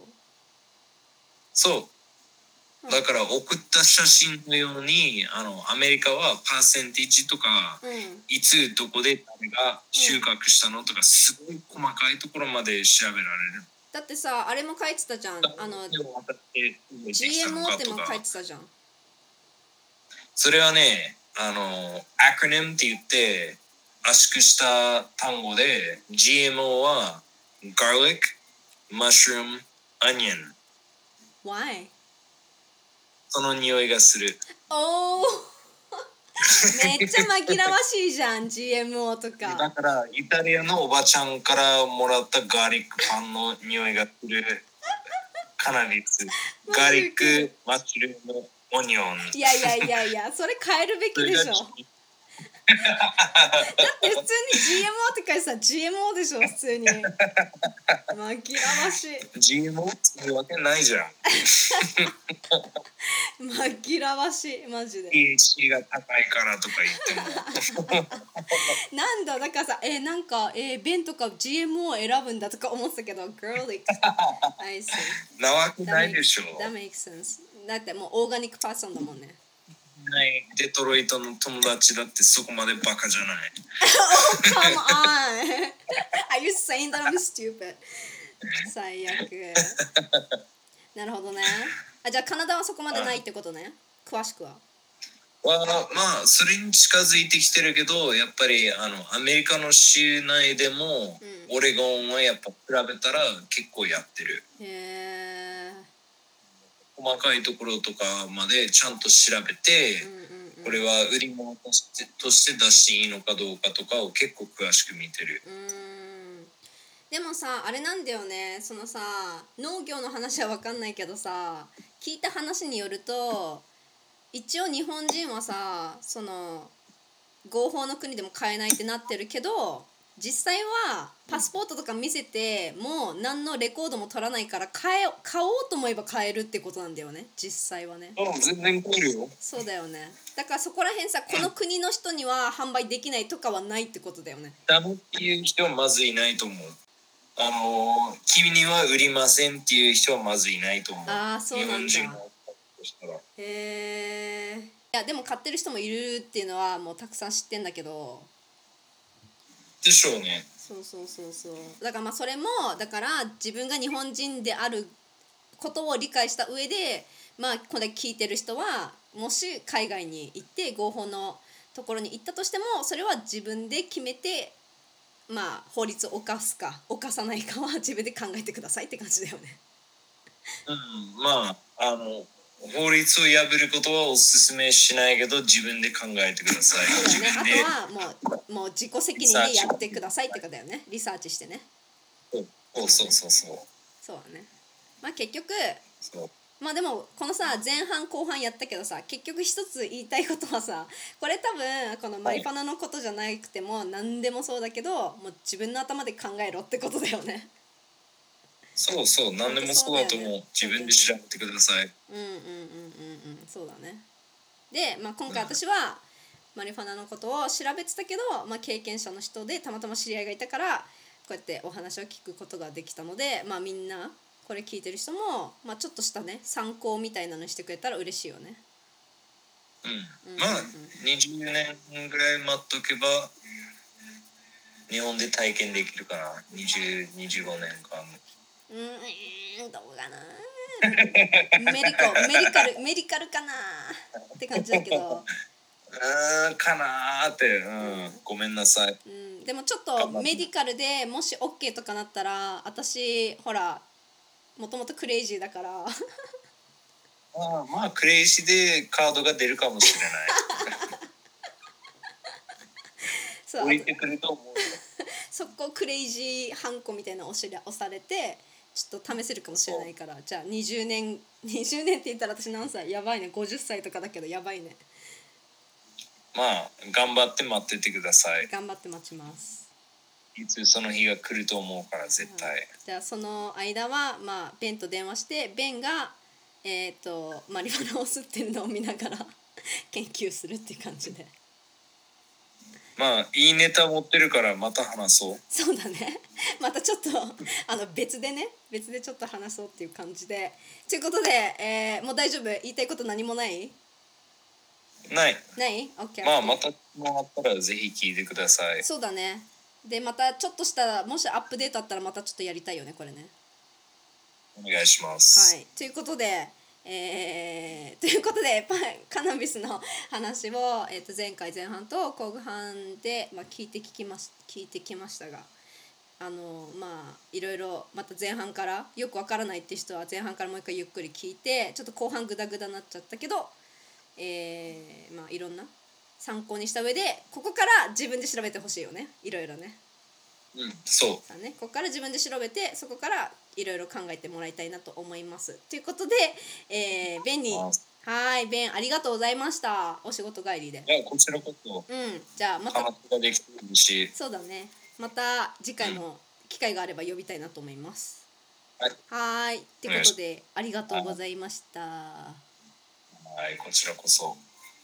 そうだから送った写真のようにアメリカはパーセンテージとか、いつどこで誰が収穫したのとかすごい細かいところまで調べられる。 だってさ、あれも書いてたじゃん。GMO っても書いてたじゃん。 それはね、アクロニムって言って圧縮した単語で、GMO は Garlic, Mushroom, Onion。 Why? その匂いがする。 おーめっちゃ紛らわしいじゃん GMO とか。 だからイタリアのおばちゃんからもらったガーリックパンの匂いがする。かなりする。ガーリック、マッシュルーム、オニオン。 いやいやいやいや、それ変えるべきでしょ。だって普通に GMO って書いてさ GMO でしょ普通に。紛らわしい。 GMO っていうわけないじゃん。 紛らわしいマジで。 THC が高いからとか言っても。 なんだだからさなんかベンとか GMO を選ぶんだとか思ってたけど Girlic I see なわけないでしょ。 That makes sense だってもうオーガニックパーソンだもんね。 デトロイトの友達だってそこまでバカじゃない。 Oh come on Are you saying that I'm stupid 最悪なるほどね。じゃあカナダはそこまでないってことね。詳しくはまあそれに近づいてきてるけど、やっぱりアメリカの州内でも、オレゴンはやっぱ比べたら結構やってる。 へー細かいところとかまでちゃんと調べて、これは売り物として出していいのかどうかとかを結構詳しく見てる。 でもさあれなんだよね。そのさ農業の話は分かんないけどさ、聞いた話によると一応日本人はさその合法の国でも買えないってなってるけど、実際はパスポートとか見せてもう何のレコードも取らないから買おうと思えば買えるってことなんだよね実際はね。 全然買えるよ。 そうだよね。だからそこら辺さこの国の人には販売できないとかはないってことだよね。 ダメっていう人はまずいないと思う。君には売りませんっていう人はまずいないと思う。 そうなんだ。 日本人もしたら。 へえ。いやでも買ってる人もいるっていうのはもうたくさん知ってんだけど。 でしょうね。 そうだからまあそれもだから自分が日本人であることを理解した上でまあこれ聞いてる人はもし海外に行って合法のところに行ったとしてもそれは自分で決めてまあ法律を犯すか犯さないかは自分で考えてくださいって感じだよね。 まあ法律を破ることはお勧めしないけど自分で考えてください。 そうだね。あとはもう自己責任でやってくださいってことだよね。リサーチしてね。 そうそうだね。まあ結局まあでもこのさ前半後半やったけどさ結局一つ言いたいことはさこれ多分このマリファナのことじゃなくても何でもそうだけどもう自分の頭で考えろってことだよね。 そう何でもそうだと思う。自分で調べてください。 そうだね。で、まあ、今回私はマリファナのことを調べてたけど、まあ、経験者の人でたまたま知り合いがいたからこうやってお話を聞くことができたので、まあ、みんなこれ聞いてる人も、まあ、ちょっとしたね参考みたいなのしてくれたら嬉しいよね。 まあ20年ぐらい待っとけば日本で体験できるかな。25年間。 どうかなメディカルかなって感じだけどかなーって、ごめんなさい、 でもちょっとメディカルでもし OK とかなったら私ほらもともとクレイジーだからまあクレイジーでカードが出るかもしれないそう降りてくると思うそこクレイジーハンコみたいな押されてちょっと試せるかもしれないからじゃあ20年って言ったら私何歳やばいね50歳とかだけどやばいね。 まあ頑張って待っててください。 頑張って待ちます。 いつその日が来ると思うから絶対、 じゃあその間はまあベンと電話してベンがマリファナを吸ってるのを見ながら研究するっていう感じで。 まあいいネタ持ってるからまた話そう。 そうだね。またちょっと別でちょっと話そうっていう感じで。ということで、もう大丈夫？言いたいこと何もない？ ない。 ない？ OK。 まあまたもあったらぜひ聞いてください。 そうだね。でまたちょっとしたらもしアップデートあったらまたちょっとやりたいよねこれね。 お願いします。 はい。ということで。カナビスの話を、前回前半と後半で、聞いてきましたが、いろいろまた前半からよくわからないって人は前半からもう一回ゆっくり聞いて、ちょっと後半グダグダになっちゃったけど、いろんな参考にした上でここから自分で調べてほしいよね、いろいろね。 そう。 ここから自分で調べてそこからいろいろ考えてもらいたいなと思います。ということで、ベンにベンありがとうございました。お仕事帰りで。 いやこちらこそ。 じゃあまた話ができてるし。 そうだね。また次回も機会があれば呼びたいなと思います。はい。ってことでありがとうございました。 はい、こちらこそ。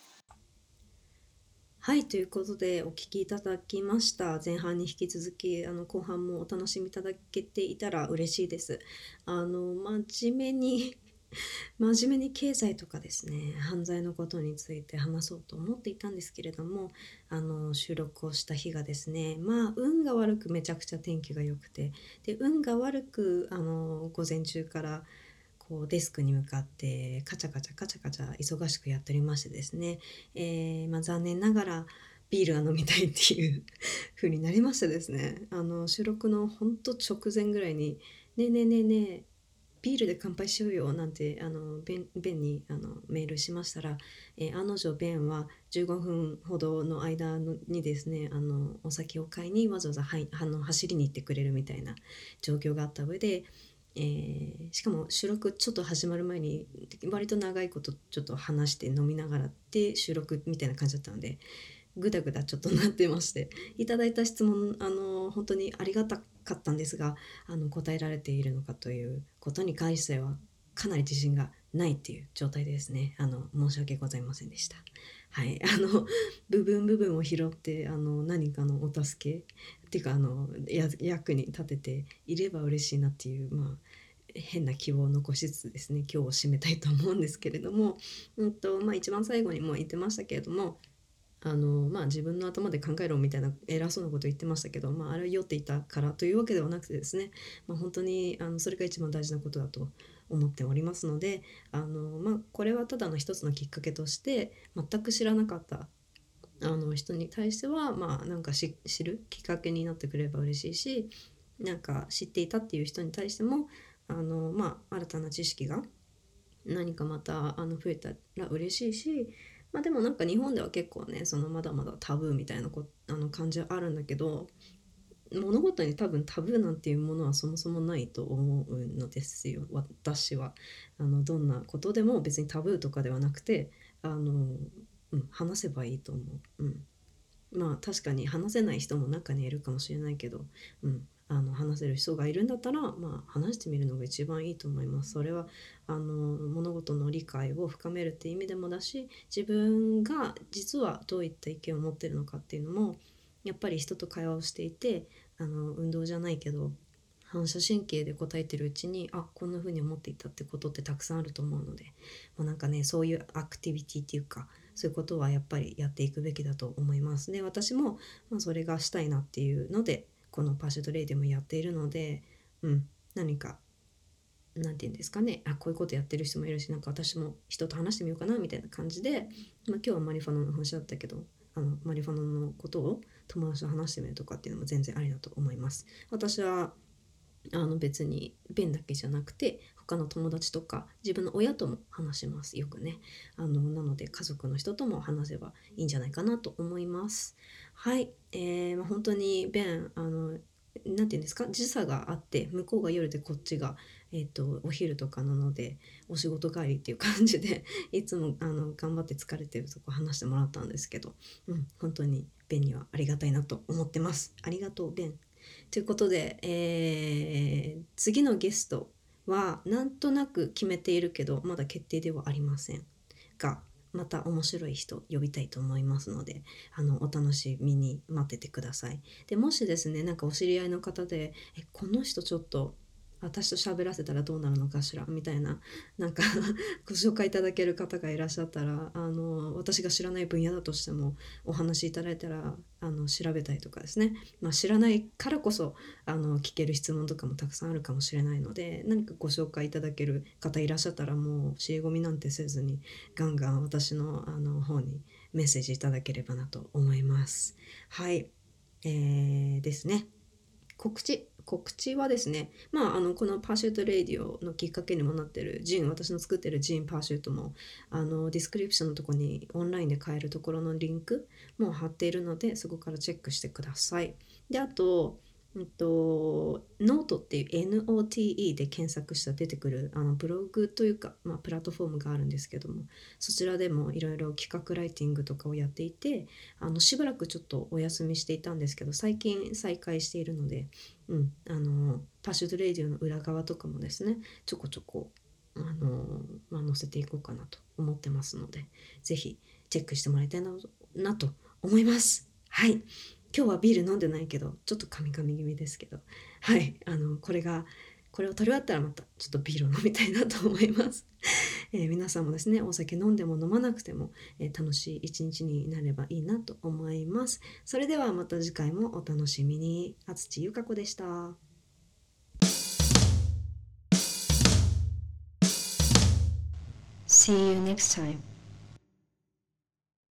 はい、ということでお聞きいただきました。前半に引き続き後半もお楽しみいただけていたら嬉しいです。真面目に経済とかですね、犯罪のことについて話そうと思っていたんですけれども、収録をした日がですね、運が悪くめちゃくちゃ天気が良くて、で運が悪く午前中からこうデスクに向かってカチャカチャ忙しくやっておりましてですね、残念ながらビールが飲みたいっていう風になりましてですね、収録のほんと直前ぐらいにねえビールで乾杯しようよなんてベンにメールしましたら、案の定ベンは15分ほどの間にですねお酒を買いにわざわざ走りに行ってくれるみたいな状況があった上で、しかも収録ちょっと始まる前に割と長いことちょっと話して飲みながらで収録みたいな感じだったのでグダグダちょっとなってまして、いただいた質問本当にありがたかったんですが答えられているのかということに関してはかなり自信がないっていう状態でですね申し訳ございませんでした。はい、部分を拾って何かのお助けっていうか役に立てていれば嬉しいなっていう変な希望を残しつつですね今日を締めたいと思うんですけれども、一番最後にも言ってましたけれども自分の頭で考えろみたいな偉そうなこと言ってましたけど、あれは酔っていたからというわけではなくてですね、本当にそれが一番大事なことだと思っておりますのでこれはただの一つのきっかけとして全く知らなかった人に対してはなんか知るきっかけになってくれれば嬉しいし、なんか知っていたっていう人に対しても新たな知識が何かまた増えたら嬉しいし、でもなんか日本では結構ねまだまだタブーみたいな感じはあるんだけど、物事に多分タブーなんていうものはそもそもないと思うのですよ。私はどんなことでも別にタブーとかではなくて話せばいいと思う。確かに話せない人も中にいるかもしれないけど、話せる人がいるんだったら、話してみるのが一番いいと思います。それは物事の理解を深めるっていう意味でもだし、自分が実はどういった意見を持ってるのかっていうのもやっぱり人と会話をしていて運動じゃないけど反射神経で答えてるうちにこんな風に思っていたってことってたくさんあると思うので、なんかねそういうアクティビティっていうかそういうことはやっぱりやっていくべきだと思います。で私も、それがしたいなっていうのでこのパーシュートレイでもやっているので、何かなんていうんですかね、こういうことやってる人もいるし、なんか私も人と話してみようかなみたいな感じで、今日はマリファナの話だったけどマリファナのことを友達と話してみるとかっていうのも全然ありだと思います。私は別にベンだけじゃなくて他の友達とか自分の親とも話しますよくね。なので家族の人とも話せばいいんじゃないかなと思います。はい、本当にベンなんていうんですか、時差があって向こうが夜でこっちが、お昼とかなのでお仕事帰りっていう感じでいつも頑張って疲れてるとこ話してもらったんですけど、本当にベンにはありがたいなと思ってます。ありがとうベン。ということで、次のゲストはなんとなく決めているけどまだ決定ではありませんが、また面白い人呼びたいと思いますので、お楽しみに待っててください。でもしですね、なんかお知り合いの方でこの人ちょっと私と喋らせたらどうなるのかしらみたいな、なんかご紹介いただける方がいらっしゃったら、私が知らない分野だとしてもお話しいただいたら調べたりとかですね、知らないからこそ聞ける質問とかもたくさんあるかもしれないので、何かご紹介いただける方いらっしゃったら、もう教え込みなんてせずにガンガン私の方にメッセージいただければなと思います。はい、ですね。告知はですね、このパーシュートレイディオのきっかけにもなってる私の作ってるジーンパーシュートもディスクリプションのところにオンラインで買えるところのリンクも貼っているので、そこからチェックしてください。で、あとノートっていう NOTE で検索したら出てくるブログというか、プラットフォームがあるんですけども、そちらでもいろいろ企画ライティングとかをやっていて、しばらくちょっとお休みしていたんですけど、最近再開しているので、パーシュートレイディオの裏側とかもですね、ちょこちょこ載せていこうかなと思ってますので、ぜひチェックしてもらいたいなと思います。はい、今日はビール飲んでないけどちょっとカミカミ気味ですけど、はい、これを取り終わったらまたちょっとビールを飲みたいなと思います。皆さんもですね、お酒飲んでも飲まなくても、楽しい一日になればいいなと思います。それではまた次回もお楽しみに。あつちゆかこでした。See you next time.